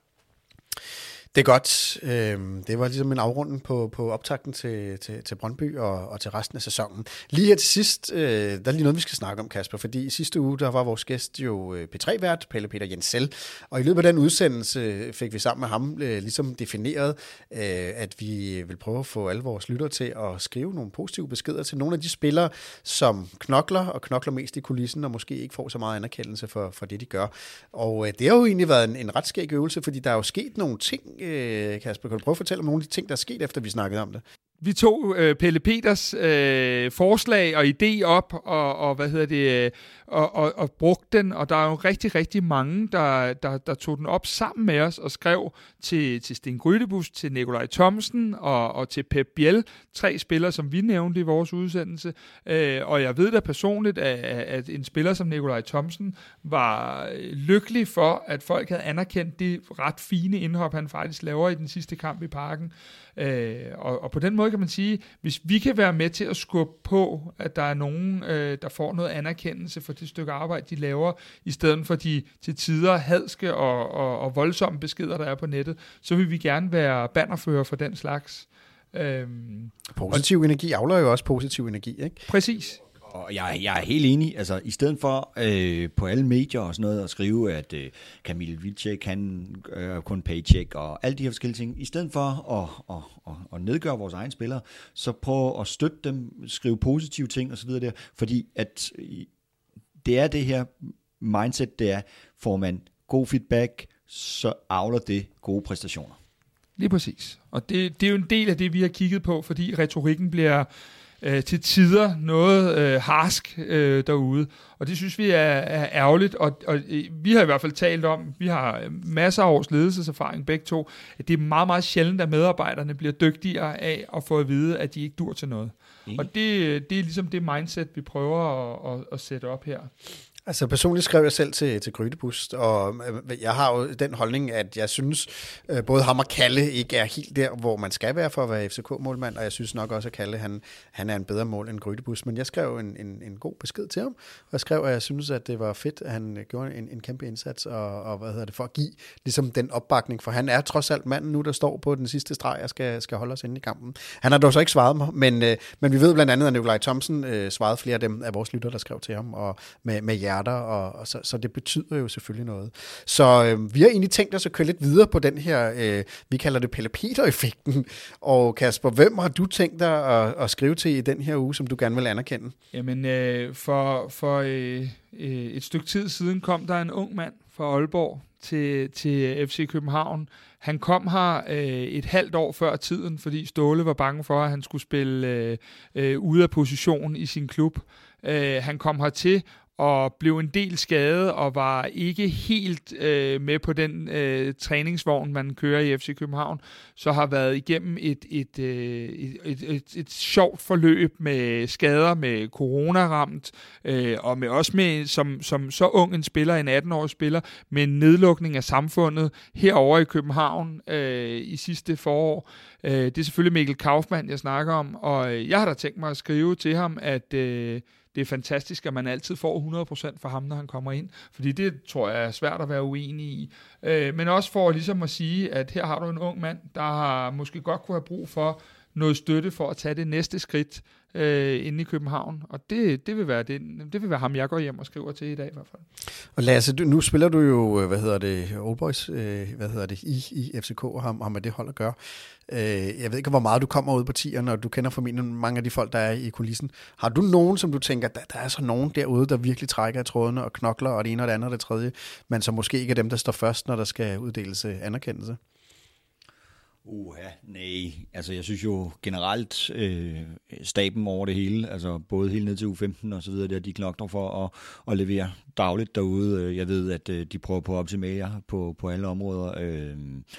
Det er godt. Det var ligesom en afrunden på, på optakten til, til, til Brøndby og, og til resten af sæsonen. Lige her til sidst, der er lige noget, vi skal snakke om, Kasper, fordi i sidste uge, der var vores gæst jo P tre vært, Pelle Peter Jensel, og i løbet af den udsendelse fik vi sammen med ham ligesom defineret, at vi vil prøve at få alle vores lyttere til at skrive nogle positive beskeder til nogle af de spillere, som knokler og knokler mest i kulissen, og måske ikke får så meget anerkendelse for, for det, de gør. Og det har jo egentlig været en, en ret skæg øvelse, fordi der er jo sket nogle ting. Kasper, kan du prøve at fortælle om nogle af de ting, der er sket, efter vi snakkede om det? Vi tog øh, Pelle Peters øh, forslag og idé op, og, og hvad hedder det, øh, og, og, og brugte den, og der er jo rigtig, rigtig mange, der, der, der tog den op sammen med os og skrev til, til Sten Grydebus, til Nikolaj Thomsen og, og til Pep Biel, tre spillere, som vi nævnte i vores udsendelse, øh, og jeg ved da personligt, at, at en spiller som Nikolaj Thomsen var lykkelig for, at folk havde anerkendt det ret fine indhop, han faktisk laver i den sidste kamp i Parken. Øh, og, og på den måde kan man sige, hvis vi kan være med til at skubbe på, at der er nogen, øh, der får noget anerkendelse for det stykke arbejde, de laver, i stedet for de til tider hadske og, og, og voldsomme beskeder, der er på nettet, så vil vi gerne være bannerfører for den slags. Øhm, positiv og, energi avler jo også positiv energi, ikke? Præcis. Og jeg, jeg er helt enig, altså i stedet for øh, på alle medier og sådan noget at skrive, at øh, Kamil Vilcek kan øh, kun paycheck og alle de her forskellige ting, i stedet for at, at, at, at nedgøre vores egne spillere, så prøv at støtte dem, skrive positive ting og så videre der, fordi at det er det her mindset, det er, får man god feedback, så avler det gode præstationer. Lige præcis. Og det, det er jo en del af det, vi har kigget på, fordi retorikken bliver øh, til tider noget øh, harsk øh, derude. Og det synes vi er, er ærgerligt, og, og vi har i hvert fald talt om, vi har masser af års ledelseserfaring begge to, at det er meget, meget sjældent, at medarbejderne bliver dygtigere af at få at vide, at de ikke dur til noget. Mm. Og det, det er ligesom det mindset, vi prøver at, at, at sætte op her. Altså personligt skrev jeg selv til, til Grydebus, og jeg har jo den holdning, at jeg synes, både ham og Kalle ikke er helt der, hvor man skal være for at være F C K-målmand, og jeg synes nok også, at Kalle han, han er en bedre mål end Grydebus, men jeg skrev en, en, en god besked til ham, og jeg skrev, at jeg synes, at det var fedt, at han gjorde en, en kæmpe indsats, og, og hvad hedder det, for at give ligesom den opbakning, for han er trods alt manden nu, der står på den sidste streg og skal, skal holde os inde i kampen. Han har dog så ikke svaret mig, men, men vi ved blandt andet, at Nikolaj Thomsen øh, svarede flere af dem af vores lytter, der skrev til ham, og med, med jer. Og, og så, så det betyder jo selvfølgelig noget. Så øh, vi har egentlig tænkt os at køre lidt videre på den her, øh, vi kalder det Pelle Peter-effekten. Og Kasper, hvem har du tænkt dig at, at skrive til i den her uge, som du gerne vil anerkende? Jamen, øh, for, for øh, øh, et stykke tid siden kom der en ung mand fra Aalborg til, til F C København. Han kom her øh, et halvt år før tiden, fordi Ståle var bange for, at han skulle spille øh, øh, ude af position i sin klub. Øh, han kom hertil og blev en del skadet og var ikke helt øh, med på den øh, træningsvogn, man kører i F C København, så har været igennem et, et, øh, et, et, et, et sjovt forløb med skader, med corona-ramt, øh, og med også med, som, som så ung en spiller, en atten-årig spiller, med en nedlukning af samfundet herovre i København øh, i sidste forår. Øh, det er selvfølgelig Mikkel Kaufmann, jeg snakker om, og jeg har da tænkt mig at skrive til ham, at øh, det er fantastisk, at man altid får hundrede procent for ham, når han kommer ind. Fordi det tror jeg er svært at være uenig i. Øh, men også for ligesom at sige, at her har du en ung mand, der har måske godt kunne have brug for noget støtte for at tage det næste skridt øh, inde i København. Og det, det, vil være det, det vil være ham, jeg går hjem og skriver til i dag i hvert fald. Og Lasse, du, nu spiller du jo, hvad hedder det, Old Boys, øh, hvad hedder det, i, i F C K, og har, har med det hold at gøre. Øh, jeg ved ikke, hvor meget du kommer ud på tierne, og du kender formentlig mange af de folk, der er i kulissen. Har du nogen, som du tænker, der, der er så nogen derude, der virkelig trækker i trådene og knokler, og det ene og det andet og det tredje, men som måske ikke er dem, der står først, når der skal uddeles anerkendelse? Uha, nej. Altså, jeg synes jo generelt, øh, staben over det hele, altså både helt ned til U femten og så videre, der de knokler for at, at levere dagligt derude. Jeg ved, at øh, de prøver på at optimere på, på alle områder. Øh,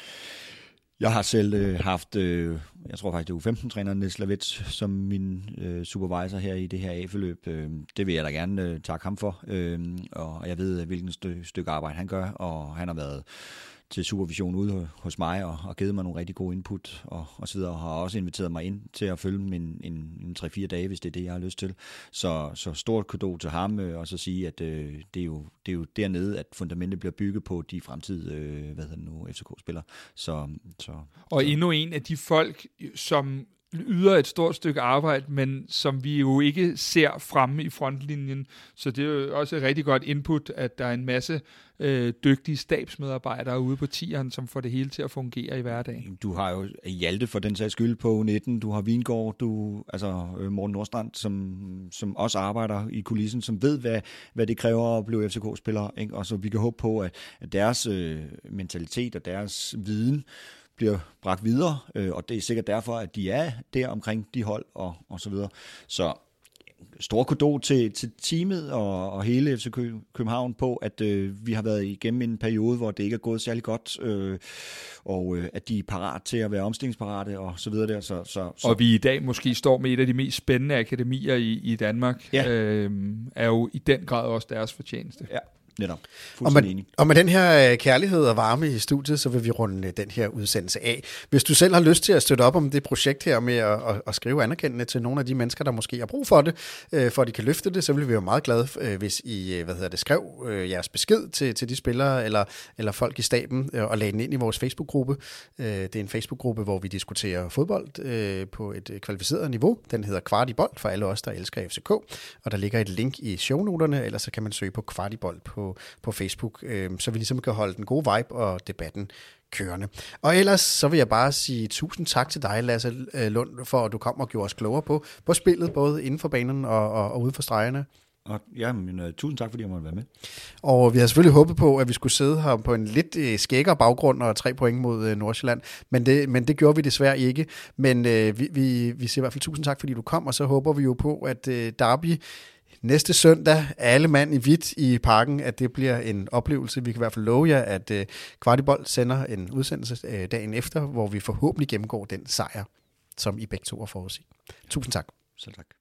jeg har selv øh, haft, øh, jeg tror faktisk, det er U femten-træneren Niels Lavets som min øh, supervisor her i det her A-forløb. Øh, det vil jeg da gerne øh, takke ham for. Øh, og jeg ved, hvilken stø- stykke arbejde han gør, og han har været til supervision ude hos mig og, og givet mig nogle rigtig gode input og, og så videre, og har også inviteret mig ind til at følge min en, en tre fire dage, hvis det er det, jeg har lyst til. Så, så stort kudo til ham, øh, og så sige, at øh, det, er jo, det er jo dernede, at fundamentet bliver bygget på de fremtidige, øh, hvad hedder det nu, F C K-spillere. Så, så, og så. endnu en af de folk, som yder et stort stykke arbejde, men som vi jo ikke ser fremme i frontlinjen. Så det er jo også et rigtig godt input, at der er en masse øh, dygtige stabsmedarbejdere ude på tieren, som får det hele til at fungere i hverdagen. Du har jo Hjalte for den sags skyld på U nitten, du har Vingård, du, altså Morten Nordstrand, som, som også arbejder i kulissen, som ved, hvad, hvad det kræver at blive F C K-spiller, ikke? Og så vi kan håbe på, at, at deres øh, mentalitet og deres viden bliver bragt videre, øh, og det er sikkert derfor, at de er der omkring de hold og, og så videre. Så stor kudo til, til teamet og, og hele F C København på, at øh, vi har været igennem en periode, hvor det ikke er gået særlig godt, øh, og øh, at de er parat til at være omstillingsparate og så videre der. Så, så, så. Og vi i dag måske står med et af de mest spændende akademier i, i Danmark, ja. øh, er jo i den grad også deres fortjeneste. Ja. Netop. Og med, og med den her kærlighed og varme i studiet, så vil vi runde den her udsendelse af. Hvis du selv har lyst til at støtte op om det projekt her med at, at, at skrive anerkendende til nogle af de mennesker, der måske har brug for det, øh, for at de kan løfte det, så vil vi være meget glade, øh, hvis I hvad hedder det, skrev øh, jeres besked til, til de spillere eller, eller folk i staben øh, og lagde den ind i vores Facebook-gruppe. Øh, det er en Facebook-gruppe, hvor vi diskuterer fodbold øh, på et kvalificeret niveau. Den hedder Kvart i Bold for alle os, der elsker F C K. Og der ligger et link i shownoterne, eller så kan man søge på Kvart i Bold på på Facebook, øh, så vi ligesom kan holde den gode vibe og debatten kørende. Og ellers så vil jeg bare sige tusind tak til dig, Lasse Lund, for at du kom og gjorde os klogere på, på spillet, både inden for banen og, og, og ude for stregerne. Og ja, men, uh, tusind tak, fordi jeg måtte være med. Og vi havde selvfølgelig håbet på, at vi skulle sidde her på en lidt uh, skækkere baggrund og tre point mod uh, Nordsjælland, men det, men det gjorde vi desværre ikke. Men uh, vi, vi, vi siger i hvert fald tusind tak, fordi du kom, og så håber vi jo på, at uh, Derby næste søndag, alle mand i hvidt i parken, at det bliver en oplevelse. Vi kan i hvert fald love jer, at uh, Kvart i Bold sender en udsendelse uh, dagen efter, hvor vi forhåbentlig gennemgår den sejr, som I begge to har forudset. Tusind tak. Selv tak.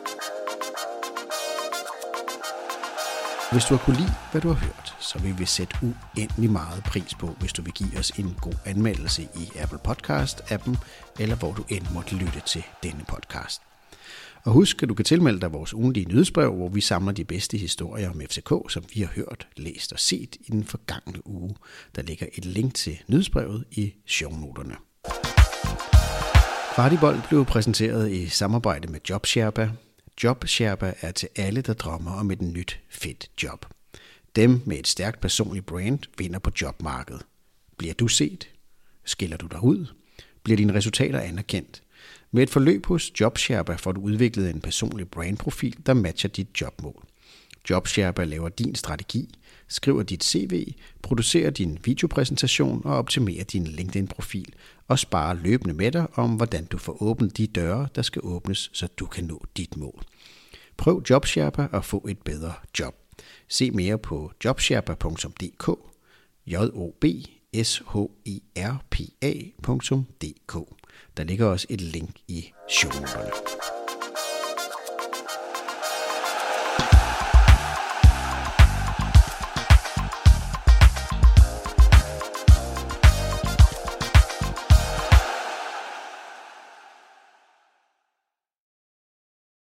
Hvis du har kunne lide, hvad du har hørt, så vil vi sætte uendelig meget pris på, hvis du vil give os en god anmeldelse i Apple Podcast-appen, eller hvor du end måtte lytte til denne podcast. Og husk, at du kan tilmelde dig vores ugentlige nyhedsbrev, hvor vi samler de bedste historier om F C K, som vi har hørt, læst og set i den forgangne uge. Der ligger et link til nyhedsbrevet i shownoterne. Kvart i Bold blev præsenteret i samarbejde med JobSherpa. JobSherpa er til alle, der drømmer om et nyt, fedt job. Dem med et stærkt personligt brand vinder på jobmarkedet. Bliver du set? Skiller du dig ud? Bliver dine resultater anerkendt? Med et forløb hos JobSherpa får du udviklet en personlig brandprofil, der matcher dit jobmål. JobSherpa laver din strategi, skriver dit C V, producerer din videopræsentation og optimerer din LinkedIn-profil og sparer løbende med dig om, hvordan du får åbnet de døre, der skal åbnes, så du kan nå dit mål. Prøv JobSherpa og få et bedre job. Se mere på jobsherpa punktum d k, j o b s h e r p a punktum d k. Der ligger også et link i shownoterne.